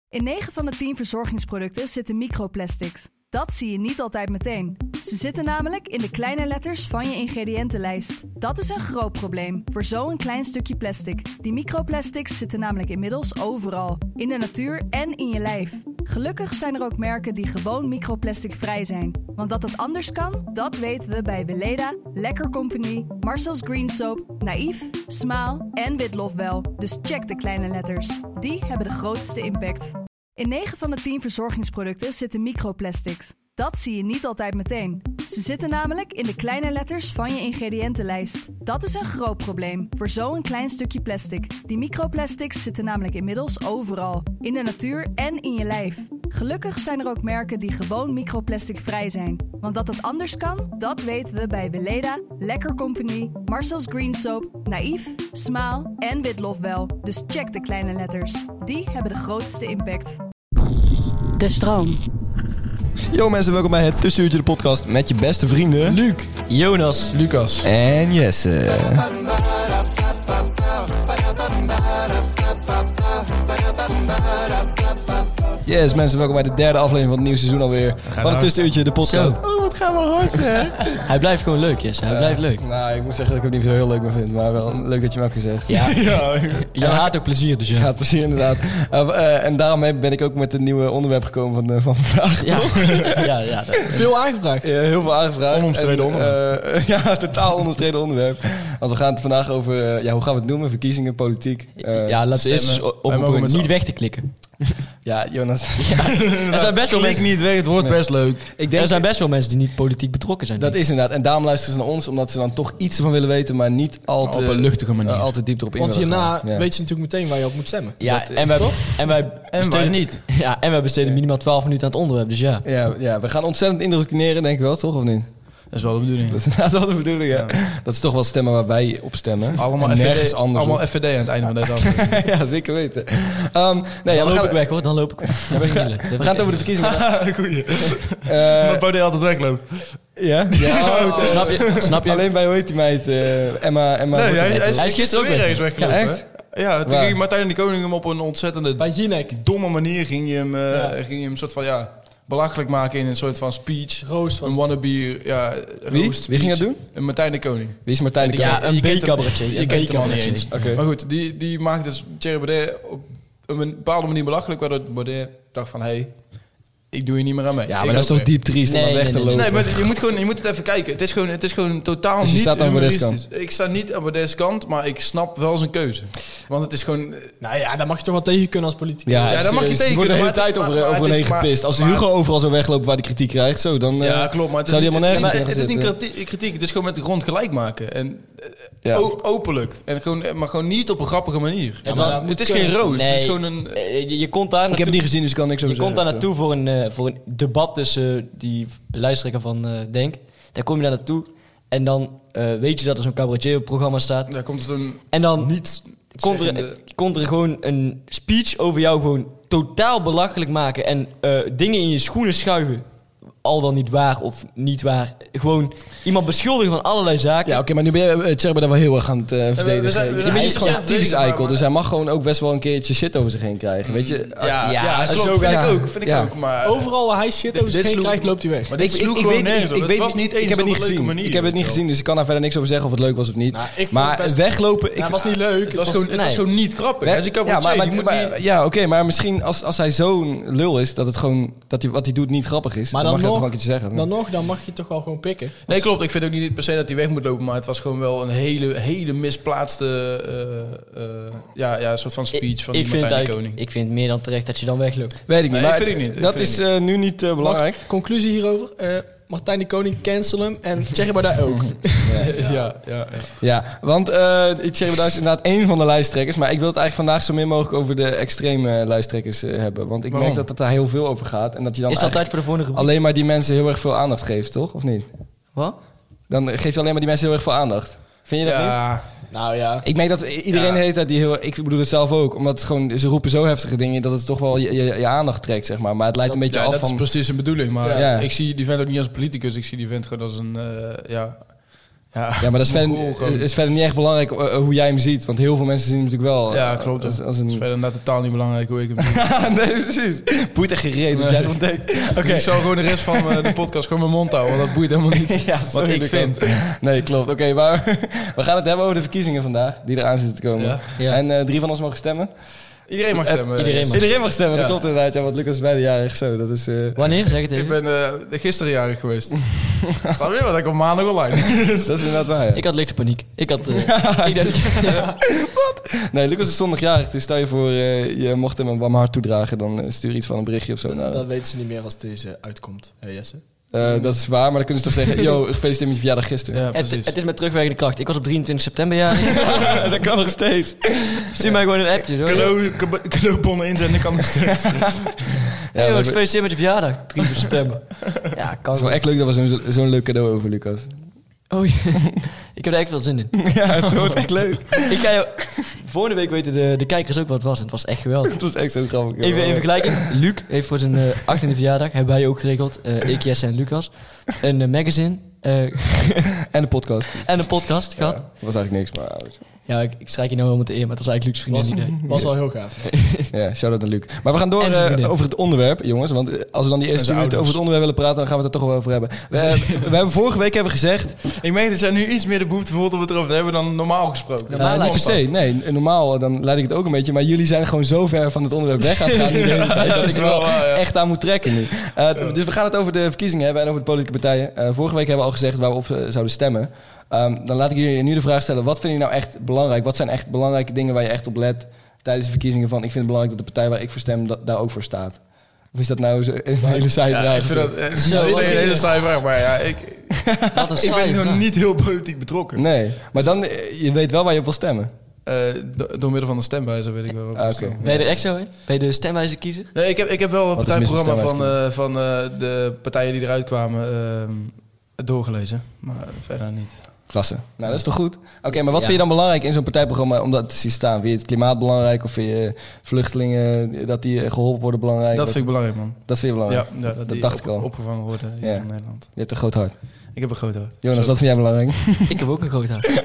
In 9 van de 10 verzorgingsproducten zitten microplastics. Dat zie je niet altijd meteen. Ze zitten namelijk in de kleine letters van je ingrediëntenlijst. Dat is een groot probleem voor zo'n klein stukje plastic. Die microplastics zitten namelijk inmiddels overal. In de natuur en in je lijf. Gelukkig zijn er ook merken die gewoon microplasticvrij zijn. Want dat het anders kan, dat weten we bij Weleda, Lekker Company, Marcel's Green Soap, Naïef, Smaal en Witlof wel. Dus check de kleine letters. Die hebben de grootste impact. In 9 van de 10 verzorgingsproducten zitten microplastics. Dat zie je niet altijd meteen. Ze zitten namelijk in de kleine letters van je ingrediëntenlijst. Dat is een groot probleem voor zo'n klein stukje plastic. Die microplastics zitten namelijk inmiddels overal. In de natuur en in je lijf. Gelukkig zijn er ook merken die gewoon microplasticvrij zijn. Want dat het anders kan, dat weten we bij Weleda, Lekker Company, Marcel's Green Soap, Naïef, Smaal en Witlof wel. Dus check de kleine letters. Die hebben de grootste impact. De stroom. Yo mensen, welkom bij het Tussenuurtje de podcast met je beste vrienden... Luc, Jonas, Lucas en Jesse. Yes mensen, welkom bij de derde aflevering van het nieuwe seizoen alweer. Van het Tussenuurtje de podcast. Zo. Oh, wat gaan we hard hè? Hij blijft gewoon leuk, Jesse. Hij blijft leuk. Nou, ik moet zeggen dat ik hem niet zo heel leuk meer vind, maar wel leuk dat je hem ook weer zegt. Ja, je haat ook plezier, dus ja. Gaat plezier inderdaad. En daarom ben ik ook met een nieuw onderwerp gekomen van vandaag. Ja. Ja. veel aangevraagd. Heel veel aangevraagd. Onomstreden onderwerp. Ja, totaal onomstreden onderwerp. Want we gaan het vandaag over, hoe gaan we het noemen? Verkiezingen, politiek. Laten we eerst op niet weg te klikken. Ja, Jonas. Er zijn best wel mensen niet weg, het wordt best leuk. Er zijn best wel mensen die niet politiek betrokken zijn. Dat is inderdaad. En daarom luisteren ze naar ons, omdat ze dan toch iets ervan willen weten, maar niet al te... Op een luchtige manier. Altijd diep erop in. Want hierna gaan. weet je natuurlijk meteen waar je op moet stemmen. Ja, Dat, en wij besteden niet. Ja, en wij besteden minimaal 12 minuten aan het onderwerp, dus ja. Ja, we gaan ontzettend indoctrineren, denk ik wel, toch? Of niet? Dat is wel de bedoeling. Dat is inderdaad wel de bedoeling, ja. Dat is toch wel stemmen waar wij op stemmen. Allemaal nergens FVD, anders. allemaal FVD aan het einde van deze aflevering. Ja, zeker weten. Dan loop ik weg, hoor. Dan loop ik weg. We gaan het over de verkiezingen. Goeie. Dat Baudet altijd wegloopt. Ja? Snap je? Alleen bij, hoe heet die meid? Emma. Nee, hij is gisteren ook weer weg. eens weggelopen. Ja, echt? Ja, toen ging Martijn de Koning hem op een ontzettende Bij Jinek. domme manier ging je hem soort van belachelijk maken in een soort van speech. Roast was... Een wannabe, roast. Wie ging dat doen? Martijn de Koning. Wie is Martijn de Koning? Ja, een B-cabaretier. Je kent hem al niet eens. Okay. Maar goed, die maakte dus Thierry Baudet op een bepaalde manier belachelijk, waardoor Baudet dacht van, hey, ik doe je niet meer aan mee. Ja, maar dat is toch diep triest om weg te lopen? Nee, maar je moet het even kijken. Het is gewoon totaal dus je niet staat aan Baudet's kant? Ik sta niet aan Baudet's kant, maar ik snap wel zijn keuze. Want het is gewoon... Nou ja, daar mag je toch wel tegen kunnen als politicus. Ja, daar mag je tegen Er wordt de hele kunnen, tijd overheen gepist. Als Hugo overal zo wegloopt waar hij kritiek krijgt, zo, dan ja, klopt, maar zou hij helemaal nergens het is niet kritiek, het is gewoon met de grond gelijk maken. En openlijk. En gewoon niet op een grappige manier. Ja, het is geen roos. Nee, het is gewoon een... Je komt daar ik heb het niet gezien, dus ik kan niks over zeggen. Je komt daar naartoe voor een debat tussen die lijsttrekker van Denk. Daar kom je daar naartoe. En dan weet je dat er zo'n cabaretier op het programma staat. Daar komt het een... En dan niet komt er gewoon een speech over jou gewoon totaal belachelijk maken. En dingen in je schoenen schuiven. Al dan niet waar of niet waar. Gewoon iemand beschuldigen van allerlei zaken. Ja, oké, maar nu ben je Thierry daar wel heel erg aan het verdedigen. Hij is gewoon een typisch eikel, dus hij mag gewoon ook best wel een keertje shit over zich heen krijgen, weet je? Vind ik ook. Maar overal waar hij shit over zich heen krijgt, loopt hij weg. Maar dit sloeg gewoon nergens op. Het was niet eens op een leuke manier. Ik heb het niet gezien, dus ik kan daar verder niks over zeggen of het leuk was of niet. Maar weglopen... Het was niet leuk. Het was gewoon niet grappig. Ja, oké, maar misschien als hij zo'n lul is, dat het gewoon dat wat hij doet niet grappig is, dan mag je dat toch wel een keertje zeggen. Dan mag je toch wel gewoon pikken. Nee, klopt. Ik vind ook niet per se dat hij weg moet lopen, maar het was gewoon wel een hele misplaatste soort van speech van Martijn de Koning. Ik vind meer dan terecht dat je dan wegloopt. Weet ik niet, maar vind ik niet. Dat is nu niet belangrijk. Conclusie hierover. Martijn de Koning, cancel hem. En Thierry Baudet ook. Ja, want Thierry Baudet is inderdaad één van de lijsttrekkers. Maar ik wil het eigenlijk vandaag zo min mogelijk over de extreme lijsttrekkers hebben. Want ik merk dat het daar heel veel over gaat. En dat je dan is dat tijd voor de volgende rubriek? Alleen maar die mensen heel erg veel aandacht geeft, toch? Of niet? Wat? Dan geef je alleen maar die mensen heel erg veel aandacht. Vind je dat niet? Nou ja. Ik merk dat iedereen heet dat die heel... Ik bedoel het zelf ook. Omdat het gewoon, ze roepen zo heftige dingen dat het toch wel je aandacht trekt, zeg maar. Maar het leidt een beetje af van... dat is precies een bedoeling. Maar ik zie die vent ook niet als politicus. Ik zie die vent gewoon als een... Ja, maar dat is verder niet echt belangrijk hoe jij hem ziet. Want heel veel mensen zien hem natuurlijk wel. Ja, klopt. Dat is verder inderdaad totaal niet belangrijk hoe ik hem zie. Nee, precies. Boeit echt gereden wat jij ervan denkt. Okay. Ik zal gewoon de rest van de podcast gewoon mijn mond houden. Want dat boeit helemaal niet wat ik vind. Nee, klopt. Oké, maar we gaan het hebben over de verkiezingen vandaag. Die eraan zitten te komen. Ja. En 3 van ons mogen stemmen. Iedereen mag stemmen. Iedereen mag stemmen, dat klopt inderdaad. Ja, want Lucas is bijna jarig zo. Dat is, Wanneer? Zeg het even. Ik ben gisteren jarig geweest. Staan weer wat, ik kom maandag online. Dat is inderdaad waar, ja. Ik had lichte paniek. Ik dacht... Wat? Nee, Lucas is zondag jarig. Dus stel je voor, je mocht hem een warm hart toedragen. Dan stuur iets van een berichtje of zo. Dat weten ze niet meer als deze uitkomt, Jesse. Dat is waar, maar dan kunnen ze toch zeggen... Yo, gefeliciteerd met je verjaardag gisteren. Ja, het is met terugwerkende kracht. Ik was op 23 september jarig. Dat kan nog steeds. Stuur mij gewoon een appje. Cadeaubonnen inzenden, dat kan nog steeds. Ja, gefeliciteerd met je verjaardag. 3 september. Ja, kan. Het is wel echt leuk dat we zo'n leuk cadeau over, Lucas. Oh, ik heb er echt veel zin in. Ja, het wordt echt leuk. Ik ga jou... Volgende week weten de kijkers ook wat het was. En het was echt geweldig. Het was echt zo grappig. Even vergelijken. Luc heeft voor zijn 18e verjaardag, hebben wij ook geregeld, ik, Jesse en Lucas, een magazine. En een podcast. En een podcast gehad. Dat was eigenlijk niks, maar... Ja, ik strijk je nou wel met de eer, maar het was eigenlijk Luc's vriendin idee. Was wel heel gaaf. Ja, shout-out aan Luc. Maar we gaan door over het onderwerp, jongens. Want als we dan die eerste minuten over het onderwerp willen praten, dan gaan we het er toch wel over hebben. We hebben vorige week gezegd... Ik merk dat jij nu iets meer de behoefte voelt om het erover te hebben dan normaal gesproken. Niet per se. Nee, normaal dan leid ik het ook een beetje. Maar jullie zijn gewoon zo ver van het onderwerp weg aan het gaan. Dat ik er wel echt aan moet trekken nu. Dus we gaan het over de verkiezingen hebben en over de politieke partijen. Vorige week hebben we al gezegd waar we op zouden stemmen. Dan laat ik jullie nu de vraag stellen. Wat vind je nou echt belangrijk? Wat zijn echt belangrijke dingen waar je echt op let tijdens de verkiezingen? Van, ik vind het belangrijk dat de partij waar ik voor stem daar ook voor staat. Of is dat nou een hele saaie vraag? Ik vind dat een hele saaie vraag. Maar ja, ik ben nog niet heel politiek betrokken. Nee, maar dan, je weet wel waar je op wil stemmen. Door middel van de stemwijzer weet ik wel. Okay. Ben je er echt zo in? Ben je de stemwijzer kiezer? Nee, ik heb wel een partijprogramma van de partijen die eruit kwamen doorgelezen. Maar verder niet. Klasse. Nou, dat is toch goed? Oké, maar wat vind je dan belangrijk in zo'n partijprogramma om dat te zien staan? Vind je het klimaat belangrijk of vind je vluchtelingen, dat die geholpen worden belangrijk? Dat vind ik belangrijk, man. Dat vind je belangrijk? Ja, dat dacht ik al. Opgevangen worden hier in Nederland. Je hebt een groot hart. Ik heb een groot hart. Jonas, wat vind jij belangrijk? Ik heb ook een groot hart.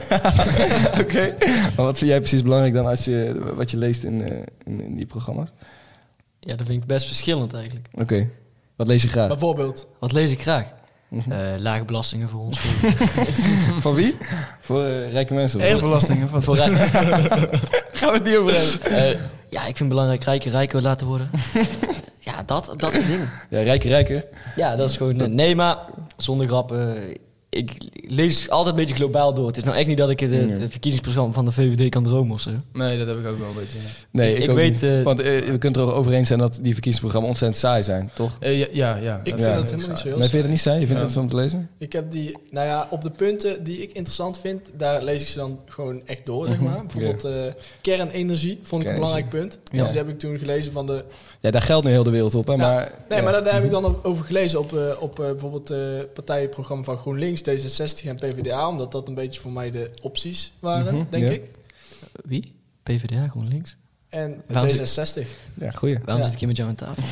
Oké. Maar wat vind jij precies belangrijk dan wat je leest in die programma's? Ja, dat vind ik best verschillend eigenlijk. Oké. Wat lees je graag? Bijvoorbeeld? Wat lees ik graag? Lage belastingen voor ons. Voor wie? Voor rijke mensen? Erfbelastingen. Voor rijke... Gaan we het niet over hebben? Ja, ik vind het belangrijk rijker laten worden. Ja, dat soort dingen. Ja, rijker. Ja, dat is gewoon... Nee, maar zonder grappen... Ik lees altijd een beetje globaal door. Het is nou echt niet dat ik het verkiezingsprogramma van de VVD kan dromen of zo. Nee, dat heb ik ook wel een beetje. Ja. Nee, ik weet... want we kunnen er over eens zijn dat die verkiezingsprogramma ontzettend saai zijn, toch? Ja. Ik vind het helemaal niet zo heel saai. Vind je het niet saai? Je vindt het zo om te lezen? Ik heb die... Nou ja, op de punten die ik interessant vind, daar lees ik ze dan gewoon echt door, zeg maar. Bijvoorbeeld kernenergie vond ik een belangrijk punt. Ja. Dus die heb ik toen gelezen van de... Ja, daar geldt nu heel de wereld op, hè? Maar, maar daar heb ik dan over gelezen op bijvoorbeeld het partijprogramma van GroenLinks, D66 en PvdA, omdat dat een beetje voor mij de opties waren, denk ik. Wie? PvdA, GroenLinks? En D66. Ja, goeie. Waarom zit ik hier met jou aan tafel?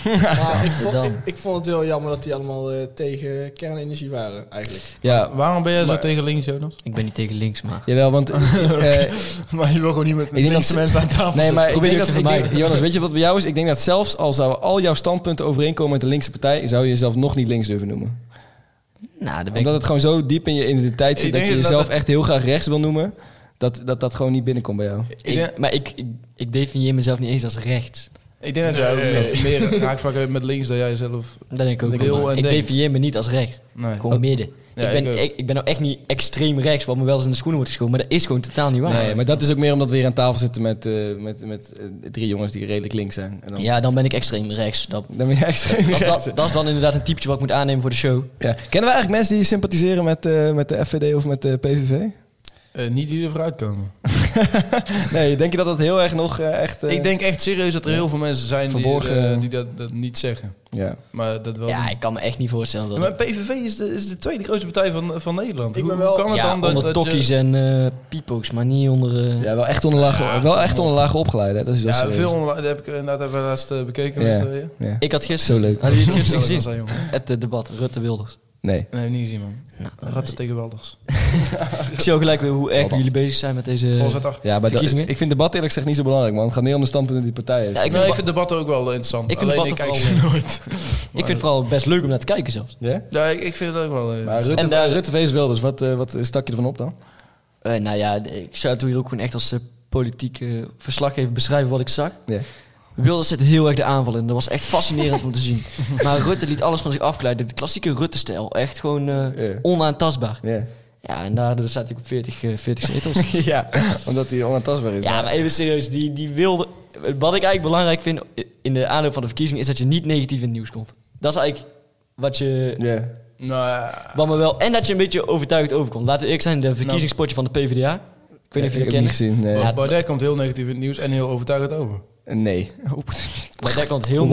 Ik vond het heel jammer dat die allemaal tegen kernenergie waren, eigenlijk. Ja, waarom ben jij zo tegen links, Jonas? Ik ben niet tegen links, maar... Jawel, want... maar je wil gewoon niet met linkse mensen aan tafel Nee, maar ik denk Jonas, weet je wat bij jou is? Ik denk dat zelfs al zouden al jouw standpunten overeenkomen met de linkse partij, zou je jezelf nog niet links durven noemen. Nou, omdat het gewoon zo diep in je identiteit zit dat je jezelf echt heel graag rechts wil noemen, dat gewoon niet binnenkomt bij jou. Maar ik definieer mezelf niet eens als rechts. Ik denk dat jij ook meer raakvlakken hebt met links dan jij zelf. Dat denk ik ook. Ik definieer me niet als rechts. Nee. Gewoon midden. Ja, ik ben nou echt niet extreem rechts, wat me wel eens in de schoenen wordt geschoven. Maar dat is gewoon totaal niet waar. Nee, maar dat is ook meer omdat we hier aan tafel zitten met 3 jongens die redelijk links zijn. En dan... dan ben ik extreem rechts. Dan ben je extreem rechts. Dat is dan inderdaad een typetje wat ik moet aannemen voor de show. Ja. Kennen we eigenlijk mensen die sympathiseren met de FVD of met de PVV? Niet die er vooruit komen. Nee, denk je dat heel erg nog echt... Ik denk echt serieus dat er heel veel mensen zijn die dat niet zeggen. Ja. Maar dat wel. Ja, ik kan me echt niet voorstellen dat... Maar PVV is de tweede grootste partij van Nederland. Hoe kan het dan onder tokkies en pipo's, maar niet onder... Ja, wel echt onder lage opgeleid, hè? Dat is veel onder... Dat heb ik inderdaad laatst bekeken. Ik had gisteren... Zo leuk. Had je het gisteren gezien? Het debat, Rutte-Wilders. Nee. Nee, niet gezien, man. Nou, Rutte tegen Wilders. ik zie ook gelijk weer hoe erg jullie bezig zijn met deze Voorzitter. Ja, maar verkiezingen. ik vind debat eerlijk gezegd niet zo belangrijk, man. Het gaat niet om de standpunten die partij heeft. Ja, Ik vind debatten ook wel interessant. Ik vind Alleen ik debatten kijk ze vooral, nooit. Ik vind het vooral best leuk om naar te kijken zelfs. Ja? Ja, ik vind het ook wel... Maar Rutte vs Wilders, wat stak je ervan op dan? Nou ja, ik zou het hier ook gewoon echt als politieke verslaggever beschrijven wat ik zag. Ja. Wilders zette heel erg de aanval in. Dat was echt fascinerend om te zien. Maar Rutte liet alles van zich afglijden. De klassieke Rutte-stijl. Echt gewoon onaantastbaar. Ja. Ja, en daardoor staat hij op 40 zetels. Ja, omdat hij onaantastbaar is. Ja, maar even serieus. Die wilde... Wat ik eigenlijk belangrijk vind in de aanloop van de verkiezingen... is dat je niet negatief in het nieuws komt. Dat is eigenlijk wat je... Ja. Nou ja. Wat me wel... En dat je een beetje overtuigd overkomt. Laten we eerlijk zijn, de verkiezingspotje van de PvdA. Ik weet niet of je dat kent. Niet gezien, nee. Ja, Baudet komt heel negatief in het nieuws en heel overtuigend over. Nee. Baudet komt heel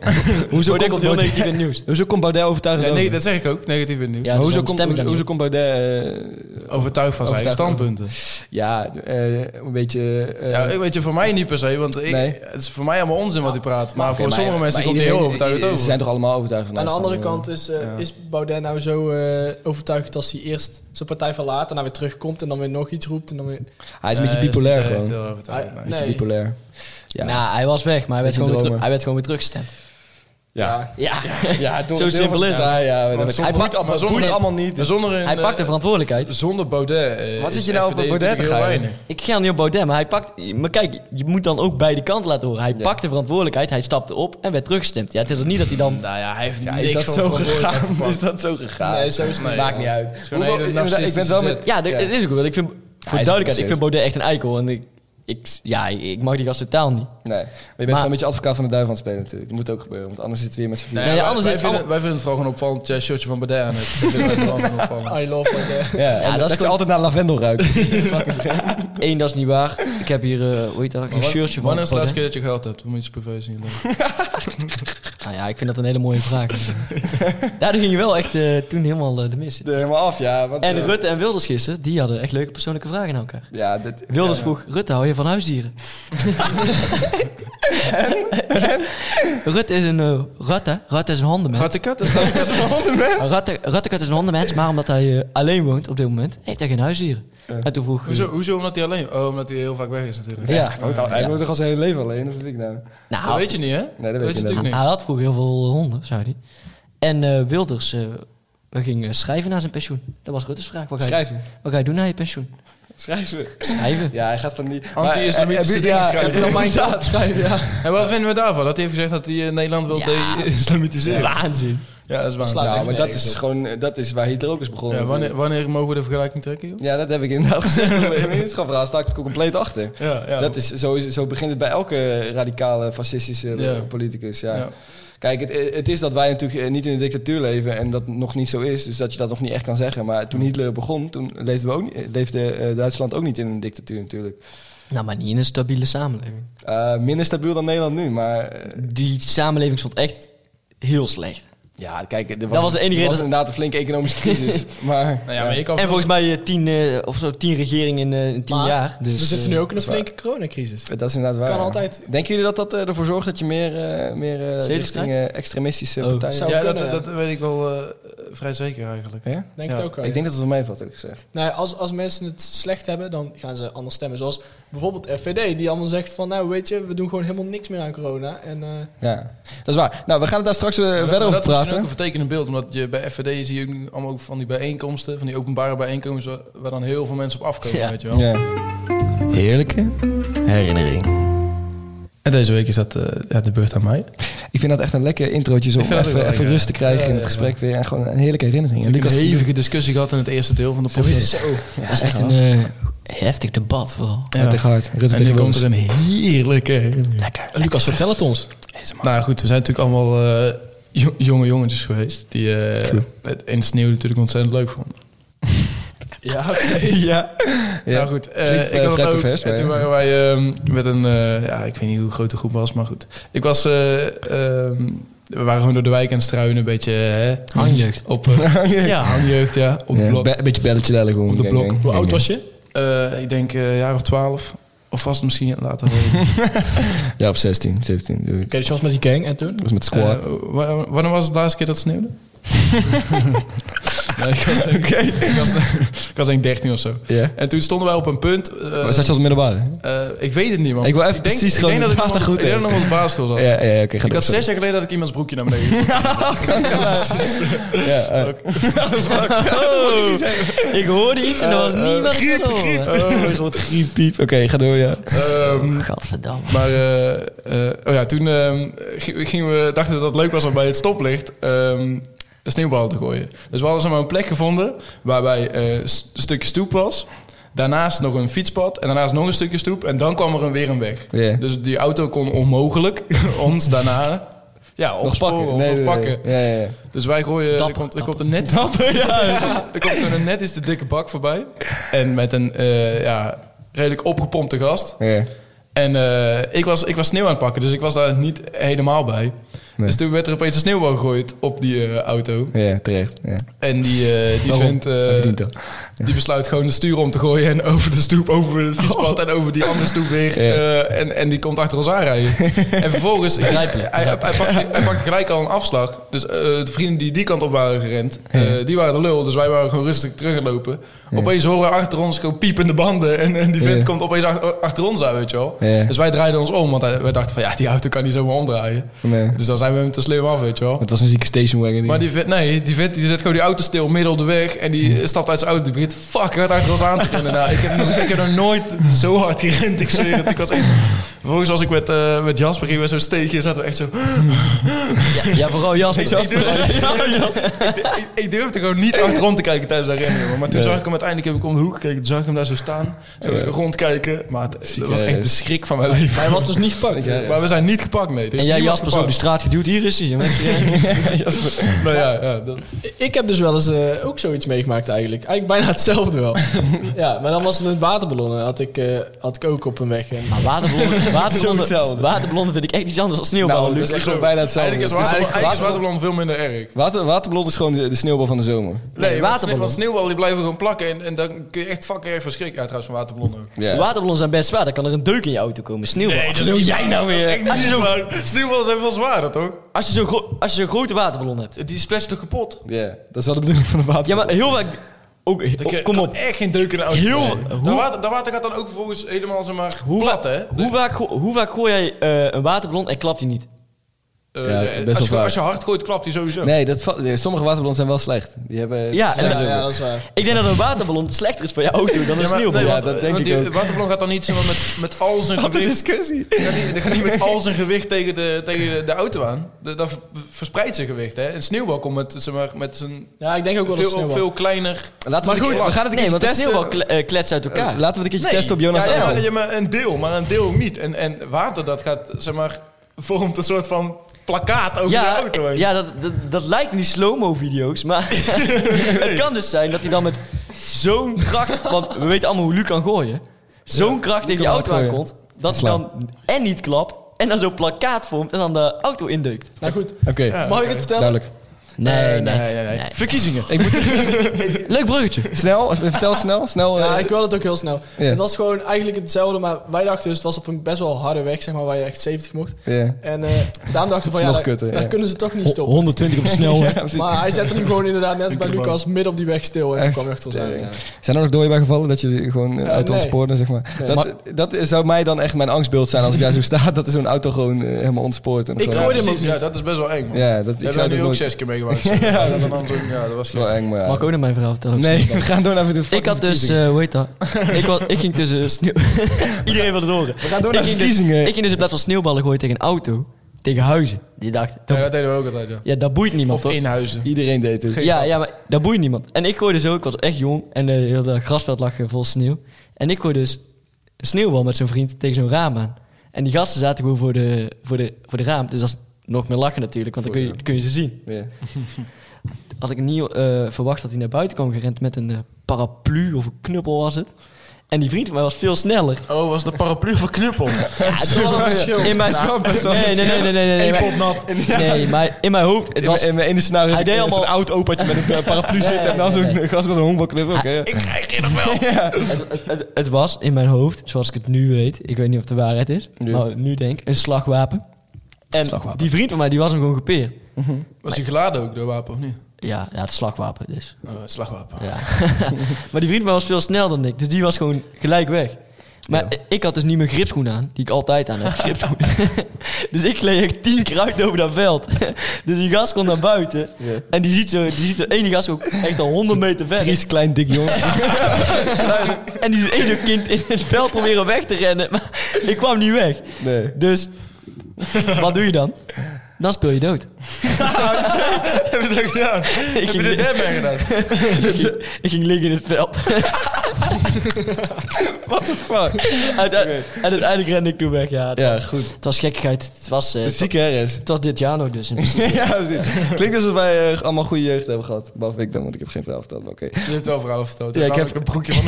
negatief in het nieuws. Hoezo komt Baudet overtuigend over? Nee, dat zeg ik ook, negatief in het nieuws. Ja, Maar dus hoezo komt Baudet... Overtuigd van zijn eigen standpunten. Ja, een beetje... Ja, weet je, voor mij niet per se, want het is voor mij allemaal onzin wat hij praat. Maar voor sommige mensen komt hij heel overtuigend over. Ze zijn toch allemaal overtuigd van Aan de andere kant is Baudet nou zo overtuigd als hij eerst zijn partij verlaat en dan weer terugkomt en dan weer nog iets roept en dan weer... Hij is een beetje bipolair gewoon. Nee. Beetje bipolair. Ja. Nou, hij was weg, maar hij werd gewoon weer teruggestemd. Ja. Ja, zo simpel is het. Hij pakt allemaal niet. Hij pakt de verantwoordelijkheid. Zonder Baudet. Wat zit je nou op Baudet te gaan? Ik ga niet op Baudet, maar hij pakt... Maar kijk, je moet dan ook beide kanten laten horen. Hij pakt de verantwoordelijkheid, hij stapte op en werd teruggestemd. Ja, het is er niet dat hij dan... Nou ja, hij heeft is dat zo gegaan? Is dat zo gegaan? Nee, zo is het niet. Maakt niet uit. Ik ben wel met... Ja, het is ook wel. Ik vind, voor duidelijkheid, ik vind Baudet echt een eikel. En ik mag die gast totaal niet. Nee, maar je bent gewoon een beetje advocaat van de duivel aan het spelen natuurlijk. Dat moet ook gebeuren, want anders zitten we weer met z'n vier. Nee, wij vinden het vooral gewoon opvallend dat jij een shirtje van Baudet aan hebt. Dat vinden wij vooral gewoon opvallend. I love Baudet. Ja, dat je altijd naar lavendel ruikt. Eén, dat is niet waar. Ik heb hier, hoe heet dat, een shirtje van Wanneer is de laatste Baudet. keer dat je geld hebt? Om iets privés in je leven? Nou ja, ik vind dat een hele mooie vraag. Daardoor ging je wel echt toen helemaal de mis. Helemaal af, ja. Want, En Rutte en Wilders gisteren, die hadden echt leuke persoonlijke vragen aan elkaar. Ja, Wilders vroeg, Rutte, hou je van huisdieren? Rutte is een Rutte is een hondenmens. Rattekat is een hondenmens? Rattekat is een hondenmens, maar omdat hij alleen woont op dit moment, heeft hij geen huisdieren. En toen vroeg... Hoezo omdat hij alleen... Oh, omdat hij heel vaak weg is natuurlijk. Ja, hij woont toch al zijn hele leven alleen, of weet ik nou? Dat weet je niet, hè? Nee, dat weet je natuurlijk niet. Hij had vroeger heel veel honden, zei hij. En Wilders ging schrijven na zijn pensioen. Dat was Rutte's vraag. Wat ga je doen na je pensioen? Schrijven. Ja, hij gaat van die... Anti-islamitische dingen schrijven. Dan mijn kant schrijven, ja. En wat vinden we daarvan? Dat hij heeft gezegd dat hij Nederland wil de-islamitiseren. Waanzin. Ja, dat is waanzin. Ja, maar dat is gewoon... Dat is waar Hitler ook is begonnen. Ja, wanneer mogen we de vergelijking trekken, joh? Ja, dat heb ik inderdaad gezegd. In mijn wetenschapverhaal sta ik er compleet achter. Ja. Dat is zo begint het bij elke radicale, fascistische politicus. Ja. Kijk, het is dat wij natuurlijk niet in een dictatuur leven en dat nog niet zo is. Dus dat je dat nog niet echt kan zeggen. Maar toen Hitler begon, toen leefde Duitsland ook niet in een dictatuur natuurlijk. Nou, maar niet in een stabiele samenleving. Minder stabiel dan Nederland nu, maar... Die samenleving stond echt heel slecht. Ja, kijk, er was de enige was reden... inderdaad een flinke economische crisis. maar je kan en volgens mij 10 regeringen in 10 jaar. Dus, we zitten nu ook in een flinke coronacrisis. Dat is inderdaad waar. Kan altijd. Denken jullie dat ervoor zorgt dat je meer richting extremistische partijen... Ja, dat weet ik wel vrij zeker eigenlijk. Ja? Denk het ook wel. Ik denk dat het wel meevalt, ook gezegd. Nou, als mensen het slecht hebben, dan gaan ze anders stemmen. Zoals bijvoorbeeld FVD, die allemaal zegt van... Nou, weet je, we doen gewoon helemaal niks meer aan corona. En, ja, dat is waar. Nou, we gaan het daar straks verder over praten. Dat is ook een vertekend beeld, omdat je bij FVD zie je ook allemaal ook van die bijeenkomsten, van die openbare bijeenkomsten, waar dan heel veel mensen op afkomen, weet je wel. Ja. Heerlijke herinnering. En deze week is dat de beurt aan mij. Ik vind dat echt een lekker introotje om even rust te krijgen in het gesprek weer. En gewoon een heerlijke herinnering. Ik heb een hevige discussie gehad in het eerste deel van de podcast. Dat is echt een heftig debat vooral. Ja, tegen hard. Rutte en nu komt er een heerlijke herinnering. Lekker. Lucas, vertel het ons. Nou goed, we zijn natuurlijk allemaal jonge jongetjes geweest die het in de sneeuw natuurlijk ontzettend leuk vonden. Ja, oké. Ja. Nou goed, ik had het ook. En toen waren wij met een, ik weet niet hoe groot de groep was, maar goed. Ik was, we waren gewoon door de wijk aan het struinen, een beetje hangjeugd. Hangjeugd, ja. Op de blok. Een beetje belletje dellen gewoon. Op de blok. Hoe oud was je? Ik denk jaar of 12. Of vast misschien later. Ja, of 16, 17. Oké, dus je was met die gang en toen? Dat was met de squad. Wanneer was het de laatste keer dat het sneeuwde? Nee, ik was denk 13 of zo. Ja. En toen stonden wij op een punt... Zat je op de middelbare? Ik weet het niet, man. Ik wil even precies gewoon dat ik data goed nog op de basisschool zat. Ja, oké. Ik had 6 jaar geleden dat ik iemands broekje naar beneden. Ik hoorde iets en dat was niet wat ik wilde horen. Oh mijn god, grieppiep. Oké, ga door, ja. Gadverdamme. Maar toen dachten we dat het leuk was om bij het stoplicht een sneeuwbal te gooien. Dus we hadden zeg maar een plek gevonden waarbij een stukje stoep was. Daarnaast nog een fietspad en daarnaast nog een stukje stoep. En dan kwam er weer een weg. Yeah. Dus die auto kon onmogelijk ons daarna opsporen of pakken. Ja. Dus wij gooien... Er komt een net... Er komt een net iets te dikke bak voorbij. En met een redelijk opgepompte gast. Ja. En ik was sneeuw aan het pakken, dus ik was daar niet helemaal bij. Nee. Dus toen werd er opeens een sneeuwbal gegooid op die auto. Ja, terecht. Ja. En die vent die besluit gewoon de stuur om te gooien... en over de stoep, over het fietspad en over die andere stoep weer. Ja. En die komt achter ons aanrijden. En vervolgens... Hij pakte gelijk al een afslag. Dus de vrienden die kant op waren gerend... die waren de lul, dus wij waren gewoon rustig teruggelopen. Ja. Opeens horen we achter ons gewoon piepende banden... en die vent komt opeens achter ons aan, weet je wel. Ja. Dus wij draaiden ons om, want wij dachten van... die auto kan niet zomaar omdraaien. Nee. Dus dan zijn we hem te slim af, weet je wel. Het was een zieke stationwagon. Maar die vent die zet gewoon die auto stil midden op de weg... en die stapt uit zijn auto, die begint fuck hard achter ons aan te rennen. Nou, ik heb nog nooit zo hard gerend, ik zweer het. Ik was echt... Vervolgens was ik met Jasper, gingen we zo'n steegje en zaten we echt zo... Ja, vooral Jasper. Ik durfde gewoon niet achterom te kijken tijdens dat rennen, jongen. Maar toen zag ik hem uiteindelijk, heb ik om de hoek gekeken, toen zag ik hem daar zo staan, rondkijken. Maar dat was echt de schrik van mijn leven. Maar hij was dus niet gepakt. Maar we zijn niet gepakt, nee. En jij Jasper zo op de straat geduwd, hier is hij. Ik heb dus wel eens ook zoiets meegemaakt eigenlijk. Eigenlijk bijna hetzelfde wel. Ja, maar dan was het met waterballonnen. Had ik ook op een weg. Maar waterballonnen vind ik echt iets anders dan sneeuwballen. Nou, dat is echt gewoon bijna hetzelfde. Eigenlijk is waterballonnen veel minder erg. Waterballon is gewoon de sneeuwbal van de zomer. Nee, waterballonnen. Sneeuwballen die blijven gewoon plakken en dan kun je echt fucking erg verschrikken. Ja, trouwens van waterballonnen ook. Yeah. Waterballonnen zijn best zwaar. Dan kan er een deuk in je auto komen. Sneeuwballen. Nee, dat doe jij nou weer. Sneeuwballen zijn veel zwaarder, toch? Als je zo'n grote waterballon hebt. Die splasht toch kapot? Ja, dat is wel de bedoeling van de waterballon. Ja, maar heel vaak... Kom op. Echt geen deuk in de auto. Dat water gaat dan ook vervolgens helemaal zeg maar plat, hè? Hoe vaak gooi jij een waterballon en klapt hij niet? Als je hard gooit, klapt hij sowieso. Nee, sommige waterballons zijn wel slecht. Die hebben ja, dat is waar. Ik denk dat een waterballon slechter is voor je auto dan een sneeuwbal. Nee, dat denk ik ook. Een waterballon gaat dan niet met al zijn gewicht... Wat een discussie. Die gaat niet met al zijn gewicht tegen de auto aan. Dat verspreidt zijn gewicht, hè. Een sneeuwbal komt met zijn... Ja, ik denk ook wel veel kleiner... We gaan het een keertje testen. Want een sneeuwbal kletst uit elkaar. Laten we het een keertje testen op Jonas' auto. Ja, maar een deel ook niet. En water, dat gaat, zeg maar... vormt een soort van plakkaat over de auto heen. Ja, dat lijkt niet slow-mo-video's, maar het kan dus zijn dat hij dan met zo'n kracht... Want we weten allemaal hoe Luc kan gooien. Zo'n kracht tegen die auto aankomt, dat hij dan en niet klapt... en dan zo'n plakkaat vormt en dan de auto indeukt. Nou goed, mag ik het vertellen? Duidelijk. Nee. Verkiezingen. Leuk bruggetje. Vertel snel. Ja, ik wil het ook heel snel. Yeah. Het was gewoon eigenlijk hetzelfde, maar wij dachten dus... het was op een best wel harde weg, zeg maar, waar je echt 70 mocht. Yeah. En daarom dachten we van, daar kunnen ze toch niet stoppen. 120 op snel. Maar hij zette hem gewoon inderdaad net als bij Lucas midden op die weg stil. En toen kwam je achter ons aan. Ja. Zijn er nog dooien bij gevallen dat je gewoon uit ons spoorde, zeg maar? Nee. Dat zou mij dan echt mijn angstbeeld zijn als ik daar zo sta... dat er zo'n auto gewoon helemaal ontspoort. Ik gooide hem ook niet. Ja, dat is best wel eng, man. Ja, ik zou nu ook 6 keer meegemaakt. Dat was wel eng, maar... Mag ik ook naar mijn verhaal vertellen? Nee, we gaan door naar de Ik had dus, hoe heet dat? Ik ging tussen sneeuw... Iedereen wil het horen. We gaan door naar de verkiezingen. Ik ging dus in plaats van sneeuwballen gooien tegen een auto, tegen huizen. Die dacht... dat deden we ook altijd, ja. Ja, dat boeit niemand, of in huizen. Iedereen deed het. Ja, maar dat boeit niemand. En ik gooide zo, ik was echt jong en het hele grasveld lag vol sneeuw. En ik gooide dus een sneeuwbal met zo'n vriend tegen zo'n raam aan. En die gasten zaten gewoon voor de raam. Dus dat is nog meer lachen natuurlijk, want dan kun je ze zien. Ja. Had ik niet verwacht dat hij naar buiten kwam gerend met een paraplu of een knuppel was het. En die vriend van mij was veel sneller. Oh, was de paraplu of een knuppel? Ja, het is wel een verschil. In mijn nee. Eén pot nat. Nee, maar in mijn hoofd... Het was, in mijn ene scenario hij deed allemaal een oud opaatje met een paraplu zitten... en dan zo'n gast met een honkbalknuppel. Ik krijg je nog wel. Ja. Het was in mijn hoofd, zoals ik het nu weet... Ik weet niet of het de waarheid is, maar nu denk een slagwapen. En die vriend van mij, die was hem gewoon gepeerd. Was hij geladen ook, de wapen, of niet? Ja, het slagwapen dus. Slagwapen. Ja. Maar die vriend van mij was veel sneller dan ik. Dus die was gewoon gelijk weg. Maar ik had dus niet mijn gripschoen aan. Die ik altijd aan heb. Gripschoenen. Dus ik gleed echt 10 keer uit over dat veld. Dus die gast komt naar buiten. Yeah. En die ziet zo ene gast ook echt al 100 meter ver. Dries klein dik jongen. En die ene kind in het veld proberen weg te rennen. Maar ik kwam niet weg. Nee. Dus wat doe je dan? Dan speel je dood. Heb je dat gedaan? Heb je dit net mee gedaan? Ik ging liggen in het veld. What the fuck? En uiteindelijk rende ik toen weg. Ja, goed. Het was gekkigheid. Het was zieke herres. Het was dit jaar nog dus. Ja, klinkt alsof wij allemaal goede jeugd hebben gehad. Behalve ik dan, want ik heb geen verhaal verteld. Maar oké. Je hebt wel verhaal verteld. Ja, ik heb een broekje van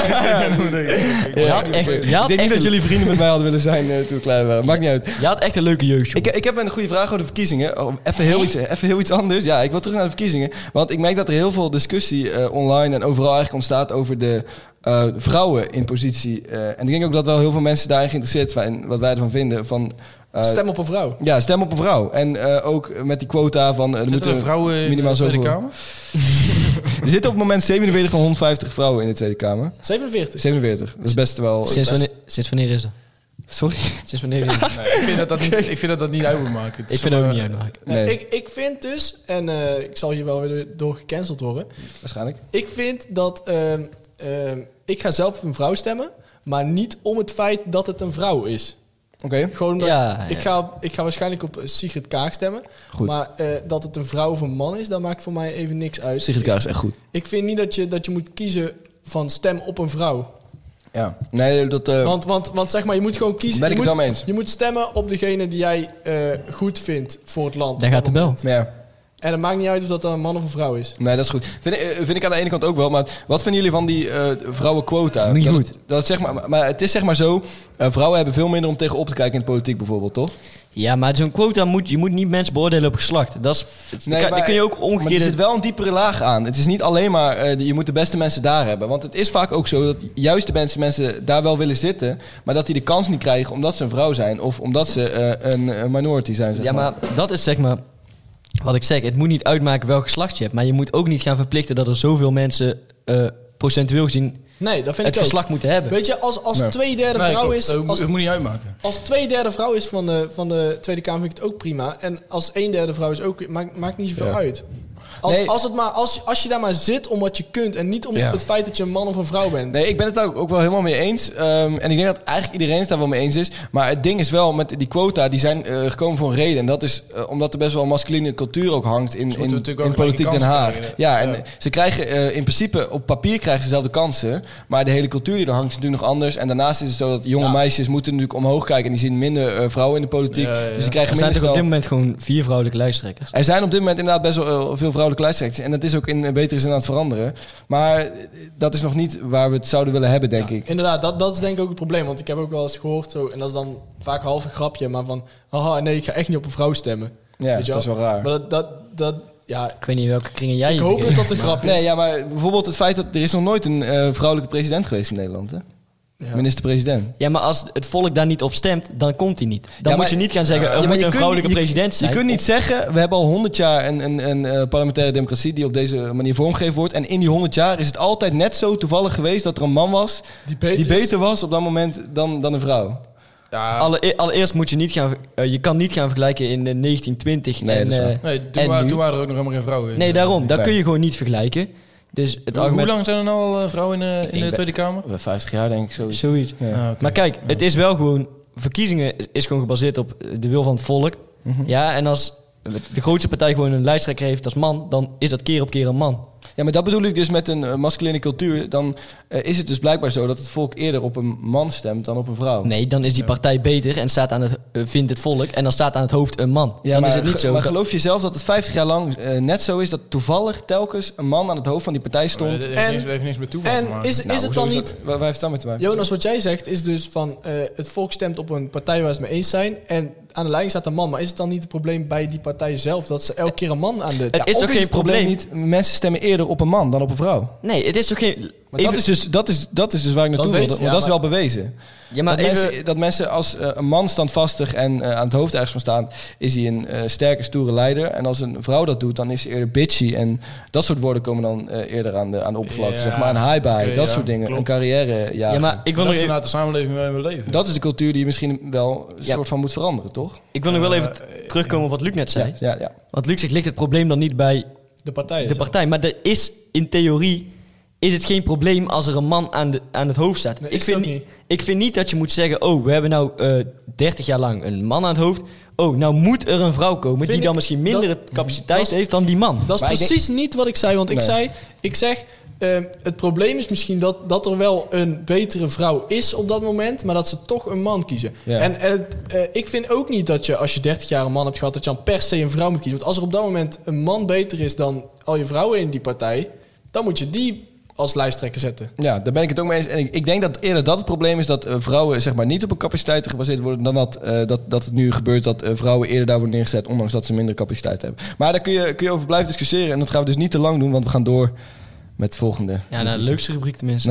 Ik denk niet dat jullie vrienden met mij hadden willen zijn toen we klein waren. Maakt niet uit. Je had echt een leuke jeugd, joh. Ik heb een goede vraag over de verkiezingen. Even heel iets anders. Ja, ik wil terug naar de verkiezingen. Want ik merk dat er heel veel discussie online en overal eigenlijk ontstaat over de vrouwen in positie. En ik denk ook dat wel heel veel mensen daarin geïnteresseerd zijn. Wat wij ervan vinden. Stem op een vrouw. Ja, stem op een vrouw. En ook met die quota van... er moeten vrouwen in de Tweede Kamer? Er zitten op het moment 47 van 150 vrouwen in de Tweede Kamer. 47? Dat is best wel... Sinds wanneer is dat? Sorry? Sinds wanneer is dat? Nee, ik vind dat niet uit moet maken. Ik vind het ook niet uitmaken. Nee. Ik vind dus, en ik zal hier wel weer door gecanceld worden. Waarschijnlijk. Ik vind dat... ik ga zelf op een vrouw stemmen, maar niet om het feit dat het een vrouw is. Oké. Gewoon omdat ik ga waarschijnlijk op Sigrid Kaag stemmen. Goed. Maar dat het een vrouw of een man is, dat maakt voor mij even niks uit. Sigrid Kaag is echt goed. Ik vind niet dat je moet kiezen van stem op een vrouw. Ja. Nee, dat... Want zeg maar, je moet gewoon kiezen. Ben ik het wel mee eens. Je moet stemmen op degene die jij goed vindt voor het land. Daar gaat de bel. Ja. En het maakt niet uit of dat een man of een vrouw is. Nee, dat is goed. Vind ik aan de ene kant ook wel. Maar wat vinden jullie van die vrouwenquota? Niet goed. Dat zeg maar het is zeg maar zo... vrouwen hebben veel minder om tegenop te kijken in de politiek bijvoorbeeld, toch? Ja, maar zo'n quota je moet niet mensen beoordelen op geslacht. Dan kun je ook omgekeerd... Maar er zit wel een diepere laag aan. Het is niet alleen maar... je moet de beste mensen daar hebben. Want het is vaak ook zo dat juist de beste mensen daar wel willen zitten... maar dat die de kans niet krijgen omdat ze een vrouw zijn... of omdat ze een minority zijn, zeg maar. Maar dat is zeg maar... Wat ik zeg, het moet niet uitmaken welk geslacht je hebt. Maar je moet ook niet gaan verplichten dat er zoveel mensen procentueel gezien... Nee, dat vind het ik ook. geslacht moeten hebben. Weet je, als 2/3 vrouw is... Het moet niet uitmaken. Als 2/3 vrouw is van de Tweede Kamer vind ik het ook prima. En als 1/3 vrouw is ook... Maakt niet zoveel uit. Als je daar maar zit om wat je kunt... en niet om het feit dat je een man of een vrouw bent. Nee, ik ben het daar ook wel helemaal mee eens. En ik denk dat eigenlijk iedereen het daar wel mee eens is. Maar het ding is wel, met die quota... die zijn gekomen voor een reden. En dat is omdat er best wel een masculine cultuur ook hangt... in politiek Den Haag. En ze krijgen in principe... op papier krijgen ze dezelfde kansen. Maar de hele cultuur die er hangt is natuurlijk nog anders. En daarnaast is het zo dat jonge meisjes... moeten natuurlijk omhoog kijken... en die zien minder vrouwen in de politiek. Dus die krijgen er zijn minder op dit moment gewoon 4 vrouwelijke lijsttrekkers. Er zijn op dit moment inderdaad best wel veel vrouwelijke lijsttrekkers. En dat is ook in betere zin aan het veranderen. Maar dat is nog niet waar we het zouden willen hebben, denk ik. Inderdaad, dat is denk ik ook het probleem. Want ik heb ook wel eens gehoord, zo, en dat is dan vaak half een grapje... maar van, haha, nee, ik ga echt niet op een vrouw stemmen. Ja, dat is wel raar. Maar ja... Ik weet niet welke kringen jij... Ik hoop dat dat een grap is. Nee, ja, maar bijvoorbeeld het feit dat... er is nog nooit een vrouwelijke president geweest in Nederland, hè? Ja. Minister-president. Ja, maar als het volk daar niet op stemt, dan komt hij niet. Dan moet je niet gaan zeggen, er moet een vrouwelijke president zijn. Je kunt niet zeggen, we hebben al 100 jaar een parlementaire democratie... die op deze manier vormgegeven wordt. En in die 100 jaar is het altijd net zo toevallig geweest... dat er een man was die beter was op dat moment dan een vrouw. Ja. Allereerst moet je niet gaan... je kan niet gaan vergelijken in 1920 toen waren er ook nog helemaal geen vrouwen. Nee, daarom. Dat kun je gewoon niet vergelijken. Dus hoe lang zijn er nou al vrouwen in de Tweede Kamer? 50 jaar denk ik zoiets. Ja. Okay. Maar kijk, het is wel gewoon... Verkiezingen is gewoon gebaseerd op de wil van het volk. Mm-hmm. Ja, en als de grootste partij gewoon een lijsttrekker heeft als man... dan is dat keer op keer een man. Ja, maar dat bedoel ik dus met een masculine cultuur. Dan is het dus blijkbaar zo dat het volk eerder op een man stemt dan op een vrouw. Nee, dan is die partij beter en staat vindt het volk... en dan staat aan het hoofd een man. Ja, dan maar, is het niet zo. Maar geloof je zelf dat het 50 jaar lang net zo is... dat toevallig telkens een man aan het hoofd van die partij stond? Dat heeft niks met toeval te maken. Is het dan niet... Waar heeft het dan mee te maken? Jonas, wat jij zegt is dus van... het volk stemt op een partij waar ze het mee eens zijn... en aan de leiding staat een man. Maar is het dan niet het probleem bij die partij zelf... dat ze elke keer een man aan de... Het is toch geen probleem? Niet, mensen stemmen eerder op een man dan op een vrouw? Nee, het is toch geen... Maar dat is dus waar ik naartoe wilde. Want dat is wel bewezen. Ja, maar dat mensen als een man standvastig en aan het hoofd ergens van staan, is hij een sterke, stoere leider. En als een vrouw dat doet, dan is ze eerder bitchy. En dat soort woorden komen dan eerder aan de oppervlakte. Zeg maar een high-buy, dat soort dingen. Klopt. Een carrière. Ja, maar ik wil nog even naar de samenleving waar we leven. Dat is de cultuur die je misschien wel een soort van moet veranderen, toch? Ik wil nog wel even terugkomen op wat Luc net zei. Ja. Want Luc zegt, ligt het probleem dan niet bij de partij? Maar er is in theorie het geen probleem als er een man aan het hoofd staat. Nee, ik vind niet dat je moet zeggen, we hebben nou 30 jaar lang een man aan het hoofd. Nou moet er een vrouw komen die dan misschien mindere capaciteit heeft dan die man. Dat is precies niet wat ik zei. Want ik zeg, het probleem is misschien dat er wel een betere vrouw is op dat moment, maar dat ze toch een man kiezen. Ja. En ik vind ook niet dat je, als je 30 jaar een man hebt gehad, dat je dan per se een vrouw moet kiezen. Want als er op dat moment een man beter is dan al je vrouwen in die partij, dan moet je die als lijsttrekker zetten. Ja, daar ben ik het ook mee eens. En ik denk dat eerder dat het probleem is dat vrouwen zeg maar niet op een capaciteit gebaseerd worden dan dat het nu gebeurt dat vrouwen eerder daar worden neergezet, ondanks dat ze minder capaciteit hebben. Maar daar kun je over blijven discussiëren en dat gaan we dus niet te lang doen, want we gaan door met het volgende. Ja, naar de leukste rubriek tenminste.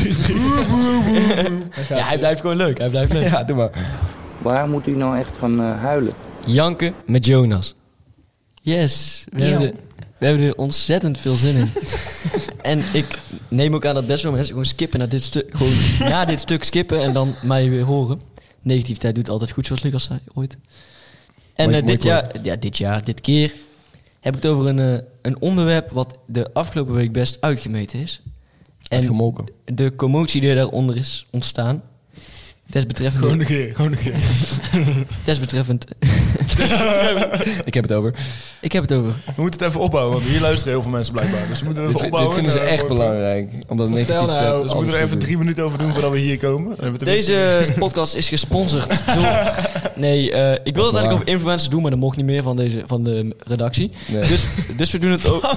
Ja, hij blijft gewoon leuk. Ja, doe maar. Waar moet u nou echt van huilen? Janken met Jonas. Yes, we hebben er ontzettend veel zin in. En ik neem ook aan dat best wel mensen gewoon skippen naar dit stuk. Gewoon na dit stuk skippen en dan mij weer horen. Negativiteit doet altijd goed, zoals Lucas zei, ooit. En dit keer heb ik het over een onderwerp wat de afgelopen week best uitgemeten is. En de commotie die daaronder is ontstaan. Desbetreffend... Gewoon een keer. Desbetreffend... Ik heb het over. We moeten het even opbouwen, want hier luisteren heel veel mensen blijkbaar. Dus we moeten het even opbouwen. Dit vinden ze echt belangrijk. Omdat negativiteit... Dus we moeten er even 3 minuten over doen voordat we hier komen. Deze podcast is gesponsord door... Nee, ik wilde het eigenlijk over influencers doen, maar dat mocht niet meer van de redactie. Nee. Dus we doen het ook...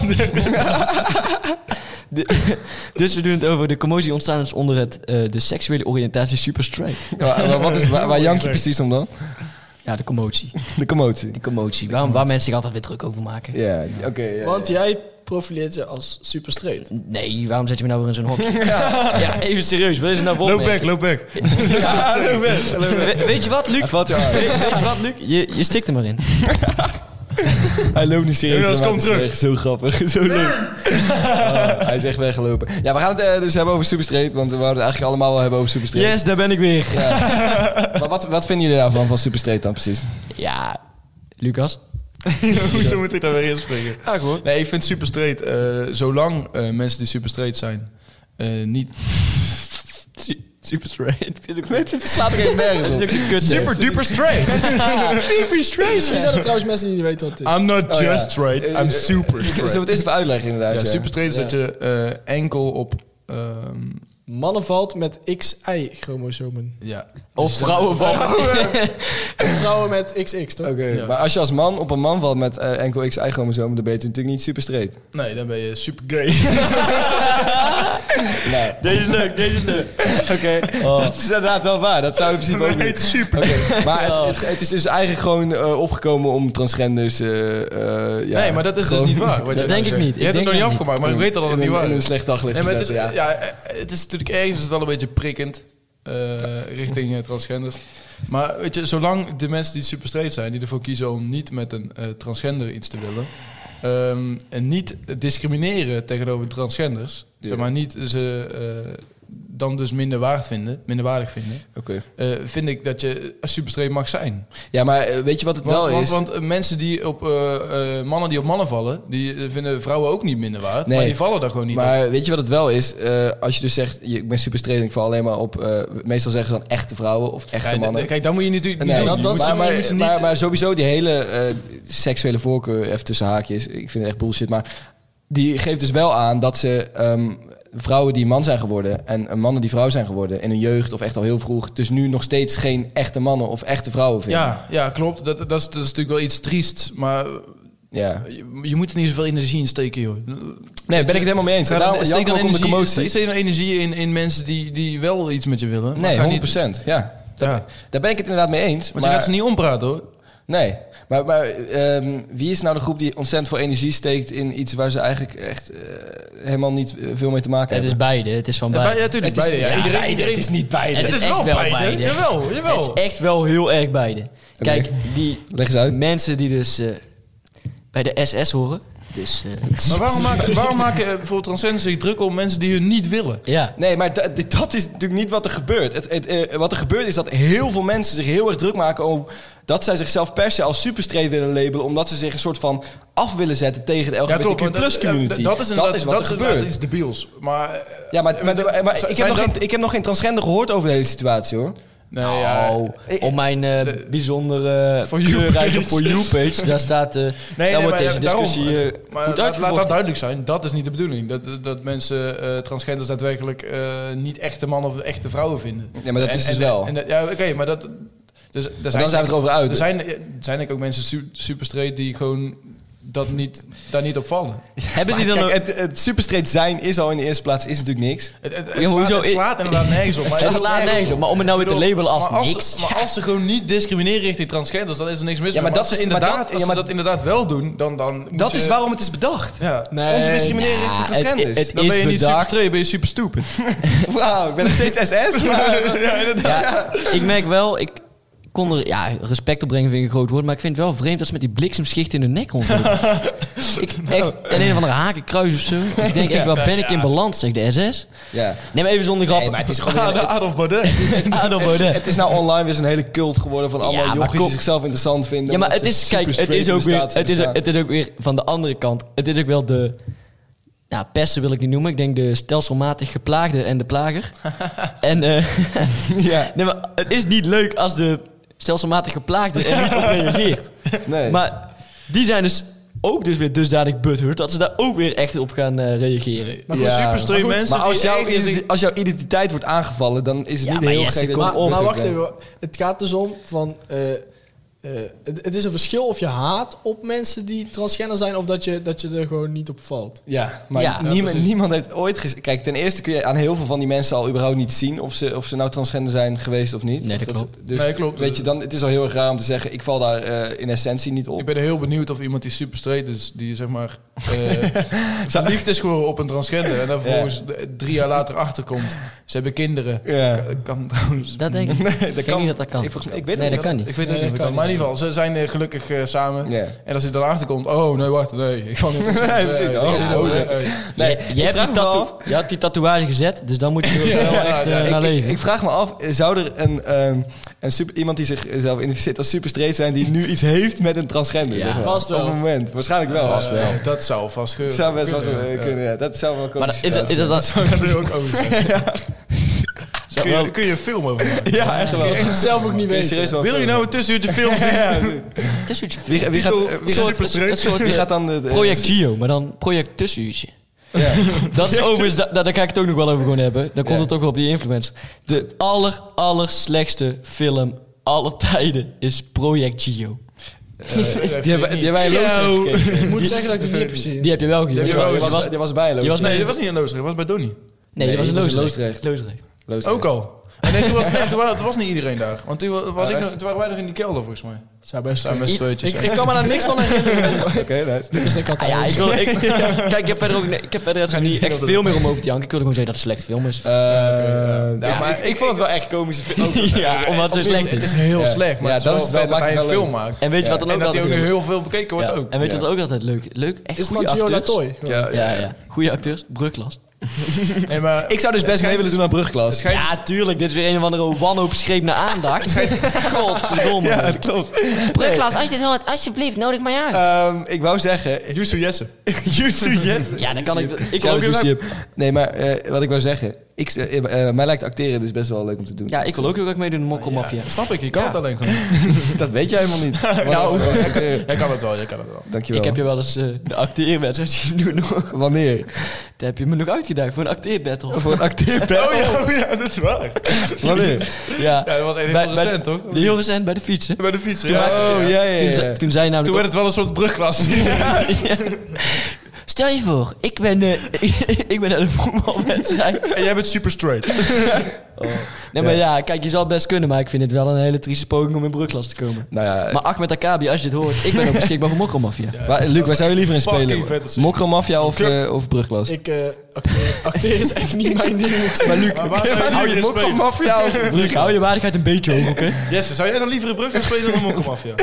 Dus we doen het over de commotie die ontstaan is onder de seksuele oriëntatie super straight. Ja, waar jank je precies om dan? Ja, de commotie. De commotie. Waar mensen zich altijd weer druk over maken. Ja, oké. Want jij profileert je als super straight. Nee, waarom zet je me nou weer in zo'n hokje? Ja, even serieus. Wil je ze nou volgen? Loop back. Ja, weet je wat, Luc? Weet je wat, Luc? Je stikt er maar in. Hij loopt niet serieus. Jonas, kom terug. Weg. Zo grappig. Zo leuk. Hij is echt weggelopen. Ja, we gaan het dus hebben over Superstraight. Want we wouden het eigenlijk allemaal wel hebben over Superstraight. Yes, daar ben ik weer. Ja. Maar wat vinden jullie daarvan, van Superstraight dan precies? Ja, Lucas? Hoezo moet ik daar weer in springen? Ja, gewoon. Nee, ik vind Superstraight, zolang mensen die Superstraight zijn, niet... Super straight. Het slaat er geen nergens op. Super duper straight. Super straight. Er zijn er trouwens mensen die niet weten wat het is. I'm not just straight, I'm super straight. Zullen we het eens even uitleggen inderdaad? Ja, super straight is dat je enkel op... mannen valt met XY-chromosomen. Ja. Of vrouwen vallen. Vrouwen met XX, toch? Oké, ja. Maar als je als man op een man valt met enkel XY-chromosomen, dan ben je natuurlijk niet super straight. Nee, dan ben je super gay. Nee. Deze is leuk. Oké, dat is inderdaad wel waar. Dat zou in principe ook niet. Super. Okay. Maar het is dus eigenlijk gewoon opgekomen om transgenders... nee, maar dat is dus niet waar. Dat denk ik niet. Je hebt het nog niet afgemaakt, maar ik weet dat het niet waar is. In een slecht daglicht. Nee, het is natuurlijk ergens wel een beetje prikkend richting transgenders. Maar weet je, zolang de mensen die super straight zijn, die ervoor kiezen om niet met een transgender iets te willen, en niet discrimineren tegenover transgenders, zeg maar niet ze dan dus minderwaardig vinden, vind ik dat je super straight mag zijn. Ja, maar weet je wat het wel is? Want mensen die op mannen die op mannen vallen, die vinden vrouwen ook niet minder waard, maar die vallen daar gewoon niet op. Maar weet je wat het wel is? Als je dus zegt, ik ben super straight en ik val alleen maar op, meestal zeggen ze dan echte vrouwen of echte mannen. Kijk, dan moet je natuurlijk niet doen. Maar sowieso die hele seksuele voorkeur, even tussen haakjes, ik vind het echt bullshit, maar die geeft dus wel aan dat ze vrouwen die man zijn geworden en mannen die vrouw zijn geworden in hun jeugd of echt al heel vroeg, dus nu nog steeds geen echte mannen of echte vrouwen vinden. Ja, klopt. Dat is natuurlijk wel iets triest, maar ja. Je moet er niet zoveel energie in steken, joh. Nee, ben ik het helemaal mee eens. Steek dan energie in mensen die wel iets met je willen. Nee, 100%. Ja. Daar ben ik het inderdaad mee eens. Want je gaat ze niet ompraten, hoor. Nee. Maar wie is nou de groep die ontzettend veel energie steekt in iets waar ze eigenlijk echt helemaal niet veel mee te maken Het hebben. is beide. Het is van beide. Ja, natuurlijk. Beide. Ja, iedereen. Het is niet beide. Het is echt wel beide. Jawel. Het is echt wel heel erg beide. Kijk, die Leg eens uit. mensen die dus bij de SS horen. Dus, Maar waarom maken bijvoorbeeld transgenders zich druk om mensen die hun niet willen? ja. Nee, maar dat is natuurlijk niet wat er gebeurt. Wat er gebeurt is dat heel veel mensen zich heel erg druk maken om dat zij zichzelf per se als superstraight willen labelen, omdat ze zich een soort van af willen zetten tegen de LGBTQ+ community. Dat is wat er gebeurt. Dat is debiels. Maar ik heb nog geen transgender gehoord over de hele situatie, hoor. Nee, ja. Op mijn bijzondere kleurrijke For You-page, daar staat... daar wordt deze discussie goed laat dat uitgevochten. duidelijk zijn. Dat is niet de bedoeling. Dat mensen transgenders daadwerkelijk niet echte mannen of echte vrouwen vinden. Ja, maar dat is dus wel. Oké, maar dat... Dus, dan zijn we het erover uit. Er zijn ook mensen super straight die gewoon daar niet op vallen. Hebben die dan ook... Het superstraight zijn is al in de eerste plaats is natuurlijk niks. Het slaat inderdaad nergens op. Het slaat nergens op, maar om het nou weer te labelen als niks... Maar als ze gewoon niet discrimineren richting transgenders, dan is er niks mis mee. maar als ze dat inderdaad wel doen, dan dat is waarom het is bedacht. Ja. Om te discrimineren richting transgenders. Dan ben je niet super straight, ben je super stupid. Wauw, ik ben nog steeds SS. Maar... Ik merk wel... Ik kon er respect opbrengen, vind ik een groot woord, maar ik vind het wel vreemd dat ze met die bliksemschicht in hun nek rondlopen. Echt een of andere hakenkruis of zo. Ik denk echt, waar ben ik in balans, zeg de SS? Ja. Nee, maar even zonder grap. Nee, maar het is gewoon... Adolf Baudet. Het is nou online weer zo'n hele cult geworden van allemaal maar jochies die zichzelf interessant vinden. Ja, maar het is, kijk, het is ook weer van de andere kant. Het is ook wel de... Nou, pesten wil ik niet noemen. Ik denk de stelselmatig geplaagde en de plager. En ja. Nee, maar het is niet leuk als de stelselmatig geplaagde er niet op reageert. Nee. Maar die zijn dus ook dus weer dusdanig butthurt dat ze daar ook weer echt op gaan reageren. Maar super straight mensen... Maar als jouw identiteit wordt aangevallen, dan is het niet heel gek. Maar wacht even. Het gaat dus om van... het is een verschil of je haat op mensen die transgender zijn of dat je er gewoon niet op valt. Ja, maar niemand heeft ooit Kijk, ten eerste kun je aan heel veel van die mensen al überhaupt niet zien of ze nou transgender zijn geweest of niet. Nee, dat klopt. Dus, nee, klopt. Weet je, dan, het is al heel erg raar om te zeggen, ik val daar in essentie niet op. Ik ben heel benieuwd of iemand die super straight is, die zeg maar verliefd is geworden op een transgender en dan vervolgens 3 jaar later achterkomt. Ze hebben kinderen. Ja. Kan trouwens... Dat denk ik. Nee, dat kan. Dat kan. Ik weet nee, het dat kan niet. Ik weet het niet. Maar in ieder geval, ze zijn gelukkig samen. Yeah. En als hij dan achterkomt, oh nee, wacht, nee, ik val niet op. Je hebt die tatoeage gezet, dus dan moet je er wel echt naar leven. Ik vraag me af, zou er iemand die zichzelf identificeert als super straight zijn, die nu iets heeft met een transgender? Ja, vast wel. Op een moment. Waarschijnlijk wel. Vast wel. Dat zou vast Dat zou best wel kunnen, ja. Dat zou wel komen. Maar is dat Dat zou er ook over zijn. Kun je een film over maken? Ja, echt wel. Ik het zelf ook niet weten. Wil je nou een tussenuurtje film zien? Wie gaat dan de Project Gio, maar dan Project Tussenuurtje. Ja. Dat is overigens, daar ga ik het ook nog wel over gewoon hebben. Dan komt het ook wel op die influencer. De aller slechtste film aller tijden is Project Gio. Die hebben wij in Loosdrecht gekeken. Ik moet zeggen dat ik het niet heb gezien. Die heb je wel gezien. Die was bij Loosdrecht. Nee, dat was niet in Loosdrecht, dat was bij Donnie. Nee, die was in die was in Loosdrecht. Ook al. Nee, toen was niet iedereen daar. Want toen waren wij nog in die kelder, volgens mij. Zou best zijn met z'n tweetjes. Ik kan me daar niks van herinneren. Oké, nice. Kijk, ik heb verder niet echt veel meer om over te janken. Ik wilde gewoon zeggen dat het een slecht film is. Maar ik vond het wel echt komische film. Omdat het slecht is. Het is heel slecht, maar dat is wel dat hij een film maakt. En weet je wat dan ook dat hij ook altijd heel veel bekeken wordt ook. En weet je wat ook altijd leuk? Echt Is het goede van Gio acteurs. Latoy? Ja. Goede acteurs. Brugklas. Nee, maar Ik zou dus best mee willen doen aan brugklas. Ja, tuurlijk. Dit is weer een of andere wanhoopsgreep naar aandacht. Godverdomme. Ja, dat klopt. Brugklas, als je dit hoort, alsjeblieft, nodig mij uit. Ik wou zeggen... Yusu Jesse. Ja, dan kan ik wil ook heel graag... Nee, maar wat ik wou zeggen... mij lijkt acteren dus best wel leuk om te doen. Ja, ik wil ook heel graag meedoen in de Mokkelmafia. Snap ik, je kan het alleen gewoon. Dat weet jij helemaal niet. Jij kan het wel. Dankjewel. Ik heb je wel eens de acteerwedstrijd zien doen. Wanneer? Daar heb je me nog uitgedaagd voor een acteerbattle. Voor een acteerbattle? Oh ja, dat is waar. Wanneer? Ja, dat was echt heel recent, toch? Heel recent bij de fietsen. Bij de fietsen, ja. Toen zei namelijk... Toen werd het wel een soort brugklas. Stel je voor, ik ben naar de voetbalwedstrijd. En jij bent super straight. Nee, maar ja, kijk, je zal het best kunnen, maar ik vind het wel een hele trieste poging om in brugklas te komen. Nou ja, Maar Ahmed Akabi, als je dit hoort, ik ben ook beschikbaar voor Mokromafia. Luc, waar zou je liever in spelen? fucking vet, dat is- Mokromafia of brugklas? Ik acteren is echt niet mijn ding. Maar Luc, waar zou je hou je liever in spelen? Mokromafia of Luc, hou je waardigheid een beetje hoog, oké? Jesse, zou jij dan liever in Brugge spelen dan een Mokromafia?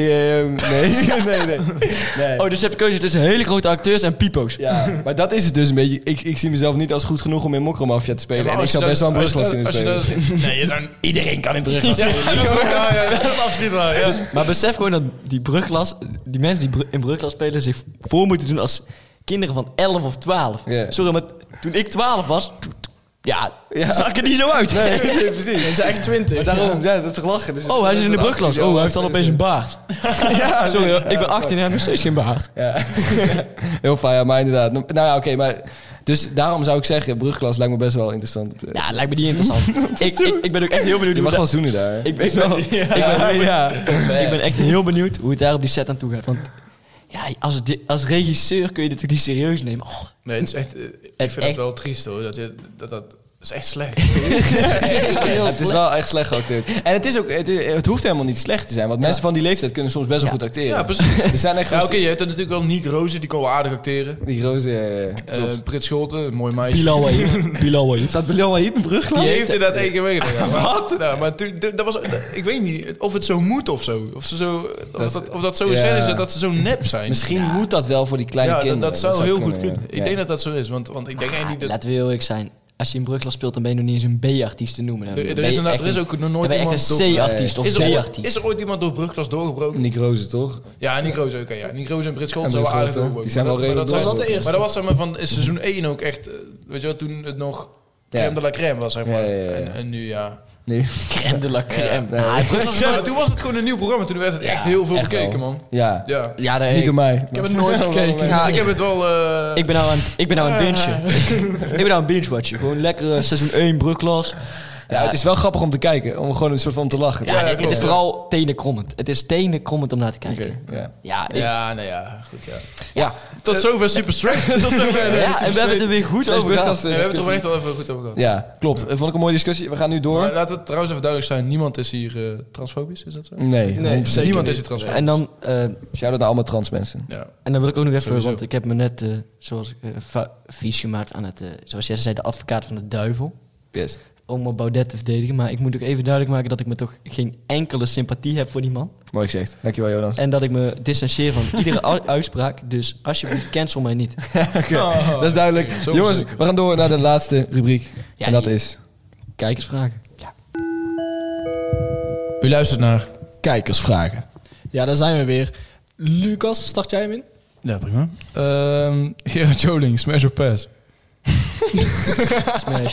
Nee. Oh, dus je hebt de keuze tussen hele grote acteurs en pipo's. Ja, maar dat is het dus een beetje. Ik zie mezelf niet als goed genoeg om in Mokromafia te spelen. En ik zou best wel een brugklas kunnen spelen. Nee, je zou... Iedereen kan in brugklas spelen. Ja, dat is absoluut waar. Ja. Maar besef gewoon dat die mensen die in brugklas spelen zich voor moeten doen als kinderen van 11 of 12. Ja. Sorry, maar toen ik 12 was, zag ik er niet zo uit. Nee, precies. Ze zijn echt 20. Maar daarom, ja, dat is toch lachen. Dus Oh, hij zit in de brugklas. Oh, hij heeft al opeens een baard. Ja, Sorry, hoor, ik ben 18 en heb nog steeds geen baard. Ja. Heel fijn, ja, maar inderdaad. Nou ja, oké, maar... Dus daarom zou ik zeggen, brugklas lijkt me best wel interessant. Ja, het lijkt me niet interessant. ik ben ook echt heel benieuwd Je hoe mag wel dat... zoenen daar. Ik ben echt heel benieuwd hoe het daar op die set aan toe gaat. Want ja, als regisseur kun je dit toch niet serieus nemen. Oh, Nee, het is echt... ik vind echt- het wel triest hoor. Dat is echt slecht. Het is wel echt slecht geacteerd. En het is ook, het hoeft helemaal niet slecht te zijn. Want mensen van die leeftijd kunnen soms best wel goed acteren. Ja, precies. Er zijn echt Ja, oké, je hebt er natuurlijk wel Niek Rozen, die kon wel aardig acteren. die roze... Brits Scholten, een mooi meisje. Bilal Wahib. Staat Bilal Wahib in brugklas? Die heeft inderdaad één keer meegedaan. Wat? Nou, maar toen, dat was... Ik weet niet of het zo moet of zo. Of dat zo is dat ze zo nep zijn. Misschien moet dat wel voor die kleine Ja, kinderen. dat zou heel goed kunnen. ja. Ik denk dat dat zo is. Want ik denk eigenlijk niet dat... Laten we heel eerlijk zijn. Als je in brugklas speelt, dan ben je nog niet eens een B-artiest te noemen. Er is ook nog nooit Dan ben je iemand... echt een C-artiest of Is D-artiest. er ooit iemand door Brugklas doorgebroken? Nick Roze, toch? Ja, Nick Rozen, oké. Ja. Nick Rozen en Brits Scholten En zijn wel Brits aardig Scholten, doorgebroken. die zijn wel redelijk Was dat de eerste? Maar dat was zeg maar, van seizoen 1 ook echt... weet je wel, toen het nog crème de la crème was, zeg maar. Ja. En nu ja... Nee. Crème de la crème. Nee. Ja, maar toen was het gewoon een nieuw programma. Toen werd het echt heel veel echt bekeken, wel. man. Ja. Ja. Ja, daar Niet door mij. Ik heb het nooit gekeken. Ja, Ik heb het wel... Ik ben nou aan het bingen. Ik ben nou aan het binge-watchen. Gewoon lekker seizoen 1 brugklas. Ja, het is wel grappig om te kijken. Om gewoon een soort van te lachen. Ja, klopt, het is ja. vooral tenenkrommend. Het is tenenkrommend om naar te kijken. Oké, ja. Ja, Ja, nou ja, goed, ja. Ja. Tot zover Super Strength. Tot zover. ja, en we hebben het er weer goed over gehad. We hebben het er wel echt wel even goed over gehad. Ja, klopt. Vond ik een mooie discussie. We gaan nu door. Maar laten we trouwens even duidelijk zijn. Niemand is hier transfobisch, is dat zo? Nee, Nee, zeker Niemand niet. is hier transfobisch. En dan, Shout-out naar allemaal trans mensen. Ja. en dan wil ik ook nog even, Sowieso. want ik heb me net, zoals vies gemaakt aan het, zoals Jesse zei, de advocaat van de duivel. Yes. Om Baudet te verdedigen. Maar ik moet ook even duidelijk maken dat ik me toch geen enkele sympathie heb voor die man. Mooi gezegd. Dankjewel, Jonas. En dat ik me distancieer van iedere uitspraak. Dus alsjeblieft, cancel mij niet. Dat is duidelijk. Zo Jongens, zeker. we gaan door naar de laatste rubriek. Ja, en dat die- is... Kijkersvragen. U luistert naar... Kijkersvragen. Ja, daar zijn we weer. Lucas, start jij hem in? Ja, prima. Gerard Joling, smash or pass? Smash.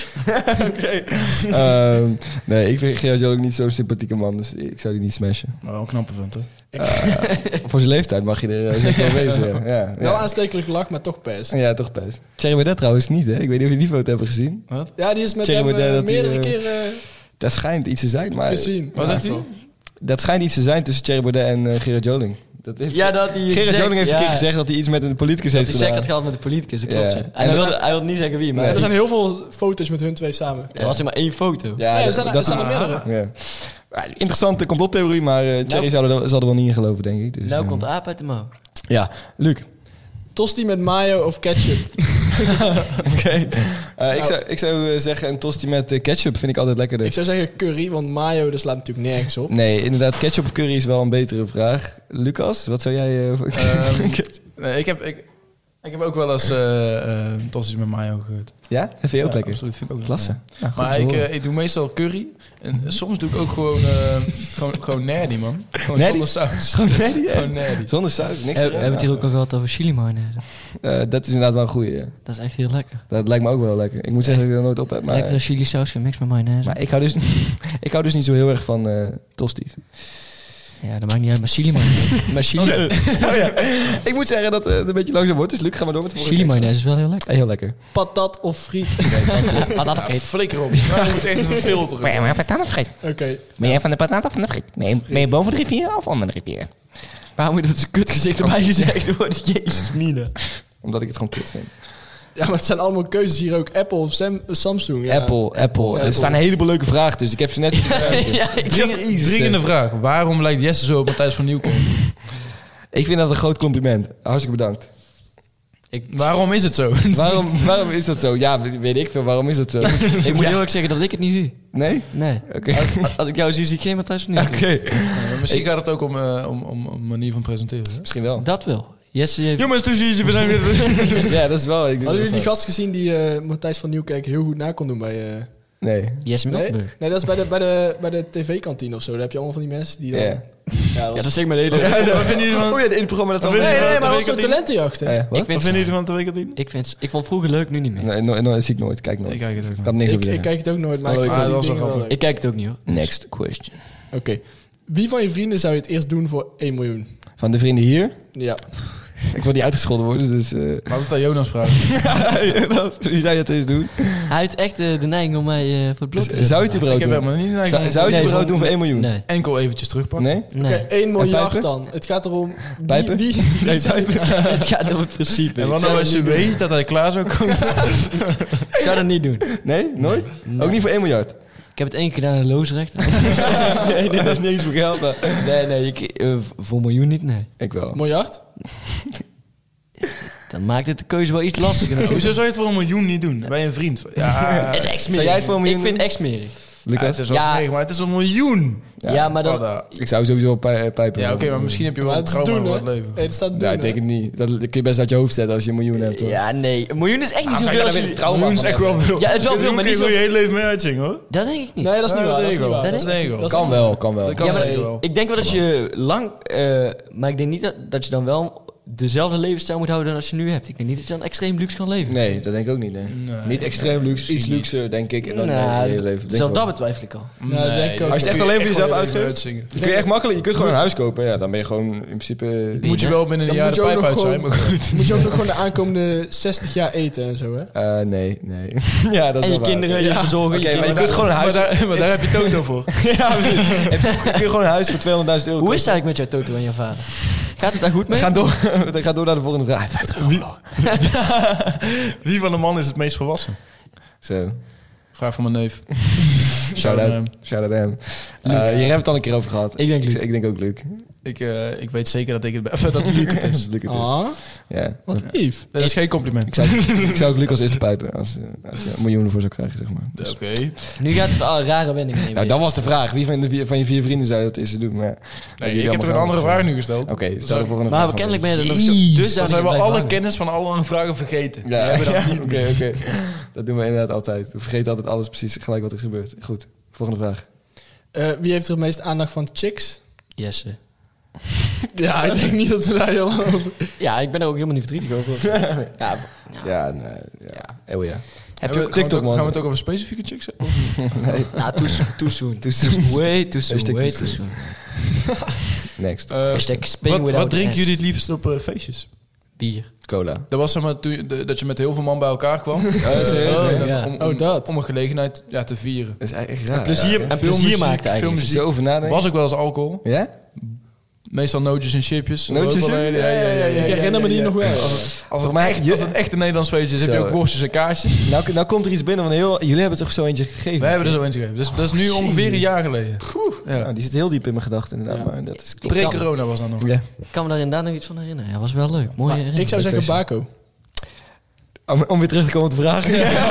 Nee, ik vind Gerard Joling niet zo'n sympathieke man. Dus ik zou die niet smashen. Maar wel een knappe vent, hè? Voor zijn leeftijd mag je er zeker wel wezen. Ja. Wel aanstekelijk lach, maar toch pest. Ja, toch best. Thierry Baudet trouwens niet, hè? Ik weet niet of je die foto hebt gezien. Wat? Ja, die is met Thierry hem Baudet dat meerdere die, keren Dat schijnt iets te zijn, maar... gezien. Wat heeft hij? Dat schijnt iets te zijn tussen Thierry Baudet en Gerard Joling. Dat heeft... Ja, dat hij Gerard Joling heeft een keer gezegd dat hij iets met een politicus dat heeft hij seks gedaan. had gehad met de politicus, dat klopt. Ja. Ja. En En dat- hij wilde niet zeggen wie, maar Nee. Er zijn heel veel foto's met hun twee samen. er was er maar één foto. Ja, Ja, dat- er dat- zijn er meerdere. Ja. Ja, interessante complottheorie, maar Thierry zal er wel niet in geloven, denk ik. Dus, Nou komt de aap uit de mouw. Ja, Luc. Tosti met mayo of ketchup? Oké. Ik zou zeggen een tosti met ketchup vind ik altijd lekkerder. Ik zou zeggen curry, want mayo dat slaat natuurlijk nergens op. Nee, inderdaad, ketchup of curry is wel een betere vraag. Lucas, wat zou jij... Nee, ik heb ook wel eens tosti's met mayo gegeten. ja? Dat vind je ook lekker? Absoluut, vind ik ook Klasse. lekker. Nou, goed Maar om te horen. ik doe meestal curry. En soms doe ik ook gewoon nerdy, man. Gewoon Nerdy? zonder saus. Gewoon nerdy, hè? Gewoon nerdy. Zonder saus, niks We erin. hebben het hier ook al gehad over chili mayonaise. Dat is inderdaad wel een goeie, ja. Dat is echt heel lekker. Dat lijkt me ook wel lekker. Ik moet zeggen dat ik er nooit op heb, maar... Lekkere chili saus gemixt met mayonaise. Maar ik hou dus niet zo heel erg van tosti's. Ja, dat maakt niet uit. Maar chili mayonaise. Maar chili, Oh ja, ik moet zeggen dat het een beetje langzaam wordt. Dus Luc, gaan we door met de chili mayonaise is wel heel lekker. Heel lekker. Patat of friet? Flikker op. Maar je moet echt een filter. Ben jij patat of friet? Oké. Ben jij van de patat of van de friet? Ben je boven de rivier of onder de rivier? Waarom moet dat zo'n kutgezicht erbij gezegd worden? Jezus, Mina. Omdat ik het gewoon kut vind. Ja, maar het zijn allemaal keuzes hier ook. Apple of Samsung. Ja. Apple. Er staan een heleboel leuke vragen tussen. Ik heb ze net Dringende vraag. Waarom lijkt Jesse zo op Matthijs van Nieuwkoop? Ik vind dat een groot compliment. Hartstikke bedankt. Waarom is het zo? Waarom is dat zo? Ja, weet ik veel. Waarom is dat zo? Ik moet heel erg zeggen dat ik het niet zie. Nee? Nee. Oké. Als ik jou zie ik geen Matthijs van Nieuwkoop. Oké. Misschien gaat het ook om manier van presenteren. Hè? Misschien wel. Dat wel. Jesse heeft... Jongens, we zijn weer... Ja, dat is wel... Hadden jullie die gast gezien die Matthijs van Nieuwkerk heel goed na kon doen bij... Nee. Jesse Nee? Melkburg. Nee, dat is bij de tv-kantine of zo. Daar heb je allemaal van die mensen die dan... Ja. Ja, Ja, dat zeg ik mijn hele... Wat vinden jullie van... Oh ja, in het programma dat Nee, maar dat was zo'n talentenjacht, hè? Wat? Ik vind Wat vinden jullie van de weekendien? Ik vond het vroeger leuk, nu niet meer. Nee, dat zie ik nooit. Kijk nooit. Ik kijk het ook Ik nog. kan niks over Ik zeggen. kijk het ook nooit, maar Oh, ik ik vind vind die het wel dingen wel Ik kijk het ook niet, hoor. Next question. leuk. Oké. Wie van je vrienden zou je het eerst doen voor 1 miljoen? Van de vrienden hier? Ja. Ik wil niet uitgescholden worden, dus... Laten we het aan Jonas vragen. Wie zou je het eens doen? Hij heeft echt de neiging om mij voor het blok te zetten. Zou je het Ik überhaupt heb doen? helemaal niet... Zou je het Nee, überhaupt van- doen voor 1 miljoen? Nee. Enkel eventjes terugpakken. Nee? Nee. Oké, 1 miljard pijpen? dan. Het gaat erom... Pijpen? Wie, Nee, pijpen. Het gaat om het principe. En wat Ik nou zou als je dat niet weet dat hij klaar zou komen? Ik zou dat niet doen. Nee? Nooit? Ook niet voor 1 miljard? Ik heb het 1 keer gedaan in loosrecht. Nee, dat is niet eens voor geld. Maar... Nee, voor 1 miljoen niet, nee. Ik wel. miljard? Dan maakt het de keuze wel iets lastiger. Hoezo zou je het voor 1 miljoen niet doen? Ben je een vriend? Ja, Het is echt Zou jij het voor 1 miljoen Ik vind doen? echt smerig. Lucas? het is wel Ja. smerig, maar het is 1 miljoen. Ja, maar dan... Oh, Ik zou sowieso pijpen. ja, oké, maar misschien heb je wel Maar een het is trauma doen, voor hè? het leven. Nee, het staat doen, Ja, ik denk hè? het niet. Dat kun je best uit je hoofd zetten als je 1 miljoen hebt. Hoor. Ja, nee. 1 miljoen is echt niet zou zoveel je als daar je... weer trauma Miljoen is van echt wel veel. Ja, het is wel veel, maar niet Ik wil zo... je hele leven mee uitzingen, hoor. Dat denk ik niet. Nee, dat is niet Ja, waar. dat Dat is denk niet ik wel. waar. Dat denk ik wel. Dat is Kan niet wel, kan wel. Dat kan Ja, maar zeker wel. ik denk wel dat je lang... maar ik denk niet dat je dan wel dezelfde levensstijl moet houden dan als je nu hebt. Ik denk niet dat je dan extreem luxe kan leven. Nee, dat denk ik ook niet. Nee. Niet extreem luxe, iets luxer, denk ik. En dan je hele leven. Denk zelfs ik dat wel. betwijfel ik al. Ja, dat denk ik ook. Als je het echt alleen voor jezelf uitgeeft, uitzingen. dan kun je echt makkelijk. Je kunt gewoon een huis kopen. Ja, dan ben je gewoon in principe. Moet je wel binnen een Dan jaar moet de je ook pijp nog uit zijn, gewoon- maar goed. Moet je ook nog gewoon de aankomende 60 jaar eten en zo, hè? Nee. Ja, dat is En je wel waar. kinderen, je verzorgen. Oké, je maar je kinderen. kunt gewoon een huis. Maar daar heb je Toto voor. Ja, precies. Je kunt gewoon een huis voor 200.000 euro. Hoe is het eigenlijk met jouw Toto en jouw vader? Gaat het daar goed mee? We gaan door naar de volgende vraag. 50 euro. Wie van de mannen is het meest volwassen? Zo. Vraag van mijn neef. Shout-out. Shout-out hem. Hier hebben we het al een keer over gehad. Ik denk Luc. Ik denk ook Luc. Ik weet zeker dat ik het ben. Of dat Luc het is. Luc het is. Ah, Ja. wat lief. Dat is geen compliment. Ik zou ook Luc als eerste pijpen als je een miljoen ervoor zou krijgen, zeg maar. Dus. Oké. Nu gaat het al rare wending nemen. Nou, dat was de vraag. Wie van je 4 vrienden zou je het eerste doen? Maar, ja. Nee, ik heb toch een andere vraag nu gesteld. Oké, stel de volgende Maar vraag. kennelijk ben je er nog zo... Jeez. Dus Dan zijn we alle kennis van alle andere vragen vergeten. Ja, We hebben dat niet. Oké. Dat doen we inderdaad altijd. We vergeten altijd alles precies gelijk wat er gebeurt. Goed, volgende vraag. Wie heeft er het meest aandacht van chicks? Jesse. Ja, ik denk niet dat we daar heel lang over... Ja, ik ben er ook helemaal niet verdrietig over. Ja, Ja. Oh ja. heb Gaan je we- TikTok, man? Gaan we het ook over specifieke chicks hebben? Nou, too soon. Way too soon. Hashtag Way too too soon. soon. Next. Hashtag Spain without Wat drinken S. jullie het liefst op feestjes? Bier. Cola. Dat was zeg maar dat je met heel veel man bij elkaar kwam. serieus? Ja. Oh, dat. Om een gelegenheid te vieren. Dat is echt raar. Plezier, en Veel plezier muziek, maakt veel eigenlijk. Als je zo over nadenkt. Was ook wel eens alcohol. Ja? Meestal nootjes en chipjes. Nootjes en chipjes? Ja. Ik herinner me die nog wel. Als Volgens het echt een Nederlands feestje is, heb je Zo. ook worstjes en kaasjes. Nou komt er iets binnen van jullie hebben toch zo eentje gegeven? Wij hebben er zo eentje gegeven. Dus dat is nu ongeveer een jaar geleden. Ja, die zit heel diep in mijn gedachten inderdaad. Maar dat is Pre-corona was dat nog. Ja. Ik kan me daar inderdaad nog iets van herinneren. Ja, was wel leuk. Mooie herinnering. Ik zou zeggen Baco. Om weer terug te komen op de vraag.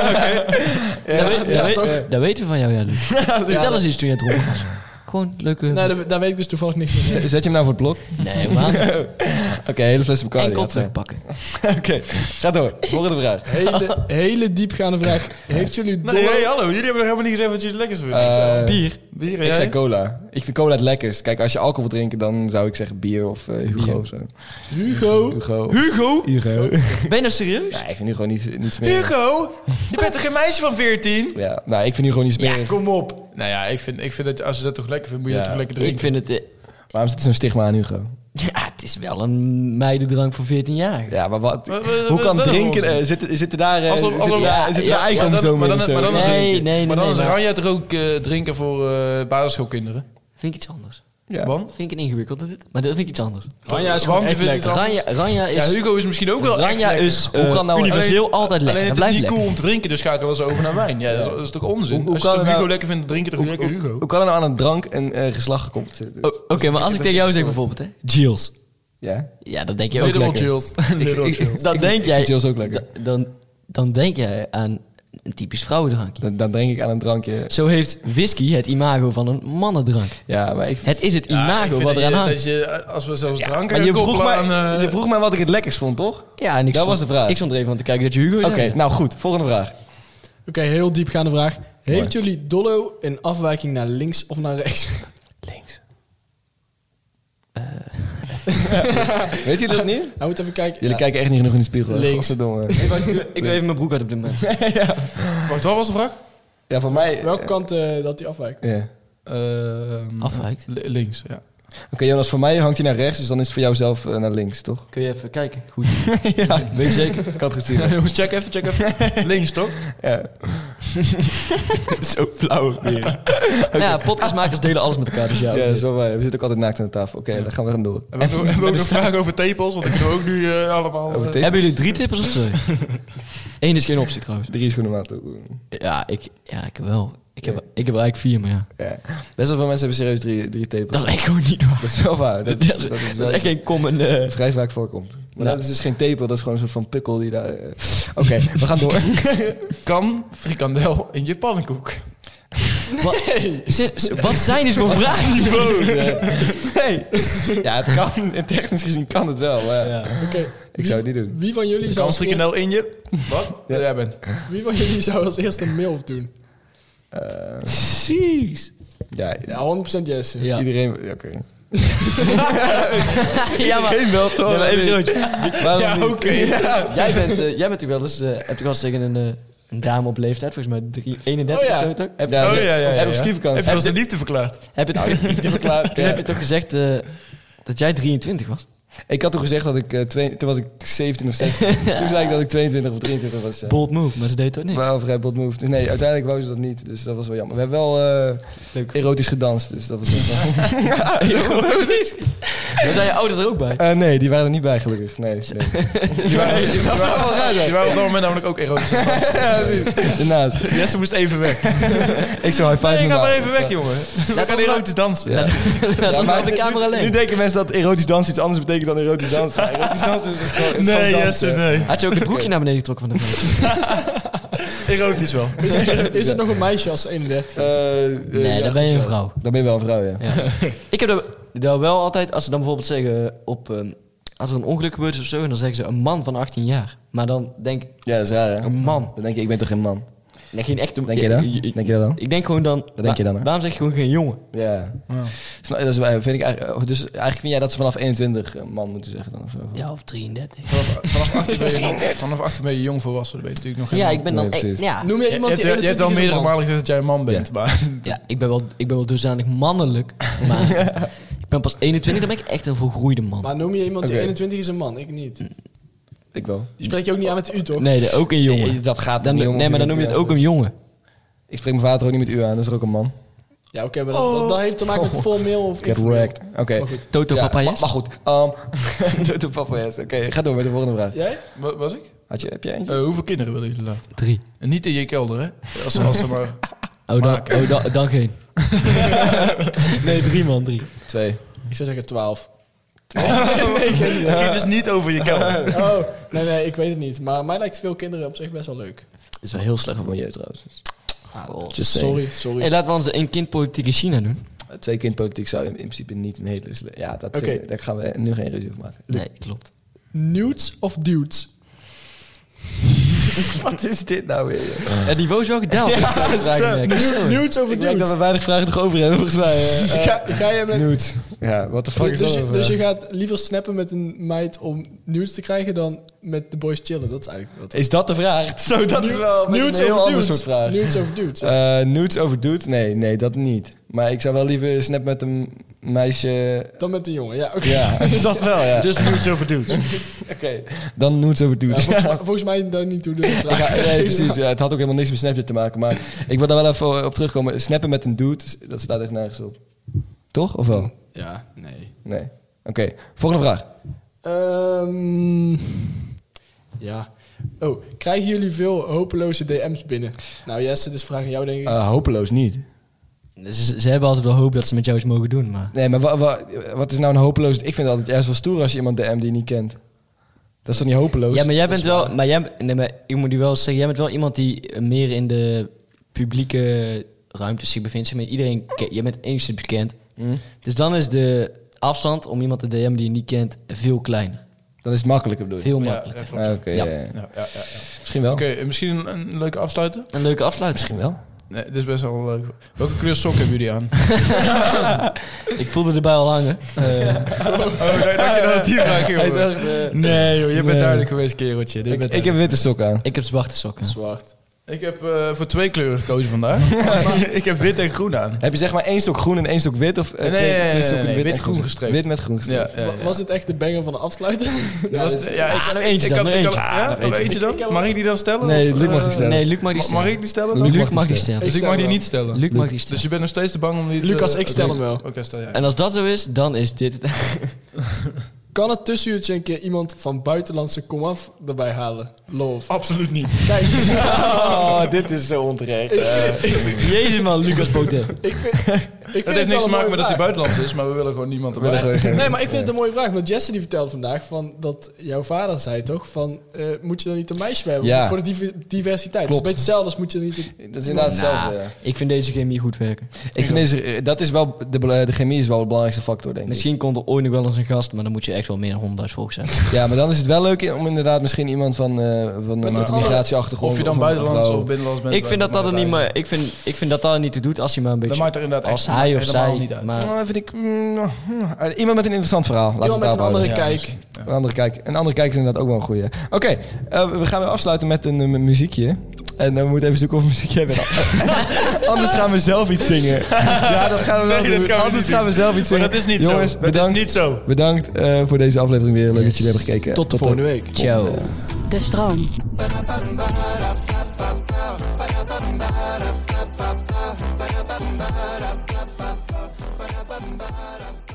Dat weten we van jou, ja, Luc. Vertel eens iets toen jij dronken was. Gewoon leuke... Nee, daar weet ik dus toevallig niks meer. Zet je hem nou voor het blok? Nee, maar Oké, hele fles van Bacardi. enkel had, terugpakken. Oké, ga door. Volgende vraag. Hele diepgaande vraag. Heeft jullie door... Nee, hey, hallo. Jullie hebben nog helemaal niet gezegd wat jullie lekkers vinden. Bier. Bier, Ik zei cola. Ik vind cola het lekkerst. Kijk, als je alcohol wil drinken, dan zou ik zeggen bier of Hugo of zo. Hugo. Hugo? Ben je nou serieus? Ja, ik vind Hugo niet smerig. Hugo, je bent toch geen meisje van 14? Ja, nou, ik vind Hugo niet smerig. kom op. Nou ja, ik vind dat als je dat toch lekker vindt, moet je Ja. dat toch lekker Ik drinken. vind het... Waarom zit er zo'n stigma aan Hugo? Ja, het is wel een meidendrank voor 14 jaar. Ja, maar wat? Wat Hoe is kan dat drinken... voor zitten daar... ja, zitten ja, er eikenzomen maar in dan, of zo? maar dan, Nee, maar dan is maar- Ranja toch ook drinken voor basisschoolkinderen? Vind ik iets anders. Ja. Want? Dat vind ik een ingewikkelde dit. Maar dit vind ik iets anders. Ranja is gewoon Want echt je vindt lekker. Ranja is... Ja, Hugo is misschien ook wel Ranja echt is Hoe kan nou- universeel altijd lekker. Alleen Dat het is blijft niet lekker. cool om te drinken, dus ga ik er wel eens over naar wijn. Ja, dat is toch onzin? Hoe Als je kan toch het Hugo nou- lekker vindt, drink je toch lekker Hugo? Hoe kan er nou aan een drank en geslacht gekoppeld zitten? Oké, maar als ik tegen jou zeg bijvoorbeeld, hè, Jills. Ja? Ja, dan denk je ook Little lekker. chills. Little chills. Dan denk Ik jij... vind Jills ook lekker. Dan denk jij aan een typisch vrouwendrankje. Dan denk ik aan een drankje. Zo heeft whisky het imago van een mannendrank. Ja, maar ik... Het is het imago wat eraan hangt. Als we zelfs drank Maar je vroeg, koppelen mij, aan... je vroeg mij wat ik het lekkers vond, toch? Ja, en Dat was de vraag. Ik stond er even aan te kijken dat je Hugo Oké, zei. nou goed. Volgende vraag. Oké, heel diepgaande vraag. Heeft jullie Dollo een afwijking naar links of naar rechts? Links. Weet je dat niet? Hij moet even kijken. Jullie Ja. kijken echt niet genoeg in de spiegel. hè? Links. Godverdomme. Ik doe even mijn broek uit op dit moment. Wacht, wat was de vraag? Ja, voor mij... Welke kant dat hij afwijkt? Ja. Afwijkt? Links, ja. Oké, Jonas, voor mij hangt hij naar rechts, dus dan is het voor jou zelf naar links, toch? Kun je even kijken? Goed. Ja, weet je zeker? Ik had het goed zien. Jongens, check even. Links, toch? Ja. Zo flauw weer. Ja, podcastmakers delen alles met elkaar, dus ja. Ja, ook dat is dit. wel waar. We zitten ook altijd naakt aan de tafel. Oké, dan gaan we gaan door. Hebben we ook nog vragen over tepels? Want ik kunnen we ook nu allemaal... Over tape? Hebben jullie 3 tippers of 2? Eén is geen optie trouwens. 3 schoenen maat. Ja, ik heb wel. Ik heb eigenlijk 4, maar ja. Ja. Best wel veel mensen hebben serieus 3 tepels. Dat is echt gewoon niet waar. Dat is wel waar. Dat is Dat is echt geen common... dat vrij vaak voorkomt. Maar Nou. dat is dus geen tepel, dat is gewoon een soort van pukkel die daar... Oké, we gaan door. Kan frikandel in je pannenkoek? Wat zijn dit voor vragen? Nee. Ja, het kan. Technisch gezien kan het wel. Maar ja. Oké. Ik zou het niet doen. Wie van jullie zou Kan als frikandel in je? Wat? Ja. Jij bent. Wie van jullie zou als eerste een MILF doen? Precies. Ja, Ja, 100% yes. Ja. iedereen... Ja, oké. Ja, maar... Geen wel, toch? Nee, maar even serieus. Waarom Ja, niet? oké. Ja. Jij bent toch wel eens... heb je wel eens tegen een dame op leeftijd, volgens mij 31 Oh ja. of zo, toch? Heb, Ja, Oh ja. Heb op skivakantie. Heb je wel eens de liefde verklaard? heb je het verklaard? Toen heb je toch gezegd dat jij 23 was? Ik had toen gezegd dat ik... toen was ik 17 of 16. Toen zei ik dat ik 22 of 23 was. Ja. Bold move, maar ze deed het ook niet. Wel vrij bold move. Nee, uiteindelijk wou ze dat niet. Dus dat was wel jammer. We hebben wel Leuk. erotisch gedanst. Dus dat was wel... Erotisch? Daar zijn je ouders er ook bij. nee, die waren er niet bij gelukkig. Nee. Die waren op dat moment namelijk ook erotisch. Daarnaast. Jesse moest even weg. Ik zou high five Nee, met ga maar me- even weg, jongen. We gaan erotisch dansen. Ja. Ja, maar op de kamer alleen. Nu denken mensen dat erotisch dansen iets anders betekent dan erotisch dansen. Maar erotisch dansen is gewoon is Nee, gewoon Jesse, dansen. nee. Had je ook het broekje naar beneden getrokken van de vrouw? Erotisch wel. Is het nog een meisje als 31 is? Nee, ja, dan ben je een vrouw. Dan ben je wel een vrouw, ja. Ja. Ik heb dat wel altijd, als ze dan bijvoorbeeld zeggen als er een ongeluk gebeurt is of zo, en dan zeggen ze een man van 18 jaar. Maar dan denk ik, Ja, dat is raar, hè? een man. Dan denk je, ik ben toch geen man? Nee, geen echte... Denk je dat? Denk je dat dan? Ik denk gewoon dan... Wat denk je dan, hè? Waarom zeg je gewoon geen jongen? Ja. Dat is, vind ik eigenlijk, dus eigenlijk vind jij dat ze vanaf 21 een man moeten zeggen dan of zo? Ja, of 33. Vanaf 18 ben je jong volwassen. Dat ben je natuurlijk nog geen Ja, man. ik ben dan... Nee, precies. ja, Noem je iemand die Je hebt 21 wel is een meerdere man? malen gezegd dat jij een man bent. Maar ja, ik ben wel dusdanig mannelijk, maar ik ben pas 21, dan ben ik echt een volgroeide man. Maar noem je iemand die Oké. 21 is een man? Ik niet. Ik wel. Die spreek je ook niet aan met u, toch? Nee, ook een jongen. Nee, dat gaat Dan, niet om. nee, maar dan noem je het ook een jongen. Ik spreek mijn vader ook niet met u aan, dat is er ook een man. Ja, oké, maar dat heeft te maken met vol mail of Get informeel. wrecked. Oké. Maar goed. Toto Ja, papa maar, yes? maar goed. Toto papa yes. Oké, ga door met de volgende vraag. Jij? wat was ik? Heb jij eentje? Hoeveel kinderen willen jullie laten? 3. En niet in je kelder, hè? Als ze maar... Dan geen. Nee, 3 man, 3. 2. Ik zou zeggen 12. Het ging dus niet over je kelder. Oh, nee, ik weet het niet. Maar mij lijkt veel kinderen op zich best wel leuk. Dat is wel heel slecht voor milieu trouwens. Just Sorry. Hey, laten we ons een kindpolitiek in China doen. 2 kindpolitiek zou in principe niet een hele... Ja, dat Oké. daar gaan we nu geen ruzie over maken. Nee, klopt. Nudes of dudes? Wat is dit nou weer? Ja, die niveau is wel gedaald. Nudes over Ik denk dat dudes. we weinig vragen nog over hebben, volgens mij. Ga je met... Nude. Ja, what the fuck is Dus, dat? dus je gaat liever snappen met een meid om nudes te krijgen dan met de boys chillen. Dat is eigenlijk wat. Is dat de vraag? Zo, dat is wel een Nudes heel over ander dudes. soort vraag. Nudes over dudes. Nudes over dudes? Nee, dat niet. Maar ik zou wel liever snap met een meisje... Dan met een jongen. Ja, oké. Ja, dat wel, ja. Dus nudes over dudes. Oké, dan nudes over Ja, dudes. volgens mij dat niet hoe de vraag. Ja, nee, precies. Ja, het had ook helemaal niks met Snapchat te maken. Maar ik wil daar wel even op terugkomen. Snappen met een dude, dat staat echt nergens op. Toch? Of wel? Ja, nee. Nee. Oké, volgende vraag. Ja. Oh, krijgen jullie veel hopeloze DM's binnen? Nou Jesse, dus vraag aan jou denk ik. Hopeloos niet. Ze hebben altijd wel hoop dat ze met jou iets mogen doen, maar... Nee, maar wat is nou een hopeloos... Ik vind het altijd juist wel stoer als je iemand DM die je niet kent. Dat is toch niet hopeloos? Ja, maar jij bent wel... Maar ik moet je wel zeggen, jij bent wel iemand die meer in de publieke ruimte zich bevindt. Zeg maar, iedereen... Jij bent enigszins bekend. Dus dan is de afstand om iemand te DM die je niet kent veel kleiner. Dan is het makkelijker, bedoel je? Veel makkelijker. Ja, oké. Ja. Misschien wel. Oké, misschien een leuke afsluiter? Een leuke afsluiter. Misschien wel. Nee, dit is best wel leuk. Welke kleur sokken hebben jullie aan? Ik voelde erbij al hangen. Dank je dat die vraag, joh. Nee, joh, je bent duidelijk geweest, kereltje. Ik heb witte sokken aan. Ik heb zwarte sokken. Zwart. Ik heb voor 2 kleuren gekozen vandaag. Ik heb wit en groen aan. Heb je zeg maar 1 stok groen en 1 stok wit? Of twee stokken wit-groen gestreept. Wit met groen gestreept. Ja. Was het echt de banger van de afsluiter? Nog eentje dan. Nog eentje dan? Mag ik die dan stellen? Nee, Luc mag die stellen. Nee, Luc mag die stellen. Mag ik die stellen? Luc mag die stellen. Dus ik mag die niet stellen? Luc mag die stellen. Dus je bent nog steeds te bang om die... Lucas, ik stel hem wel. Oké, stel jij. En als dat zo is, dan is dit het. Kan het tussenuurtje een keer iemand van buitenlandse komaf erbij halen? Love. Absoluut niet. Kijk. Dit is zo onterecht. Jezus man, Lucas Poten. Ik vind Het heeft niks te maken met dat hij buitenlands is, maar we willen gewoon niemand erbij. Nee, maar ik vind het een mooie vraag. Want Jesse die vertelde vandaag van dat jouw vader zei toch van moet je dan niet een meisje bij hebben? Ja. Voor de diversiteit. Het is een beetje hetzelfde als moet je dan niet... Dat is inderdaad hetzelfde. Ja. Ik vind deze chemie goed werken. Ik vind deze, dat is wel de chemie is wel de belangrijkste factor, denk ik. Misschien komt er ooit nog wel eens een gast, maar dan moet je echt wel meer dan 100.000 volk zijn. Ja, maar dan is het wel leuk om inderdaad misschien iemand met een migratieachtergrond... Of je dan buitenlands of binnenlands bent. Ik vind dat er niet meer. Ik vind dat er niet toe doet als hij maar een beetje. Dat maakt er inderdaad als echt hij of helemaal zij. niet uit. Maar vind ik... iemand met een interessant verhaal. Iemand met een andere kijk. Een andere kijk. Een andere kijk is inderdaad ook wel een goeie. Oké, we gaan weer afsluiten met een muziekje. En we moeten even zoeken of we muziekje hebben. Anders gaan we zelf iets zingen. Ja, dat gaan we wel doen. Anders gaan we zelf iets zingen. Maar dat is niet Jongens, zo. Bedankt, dat is niet zo. Bedankt voor deze aflevering weer. Leuk dat jullie hebben gekeken. Tot de volgende week. ciao. De stroom. Ba-da-bum-ba-da.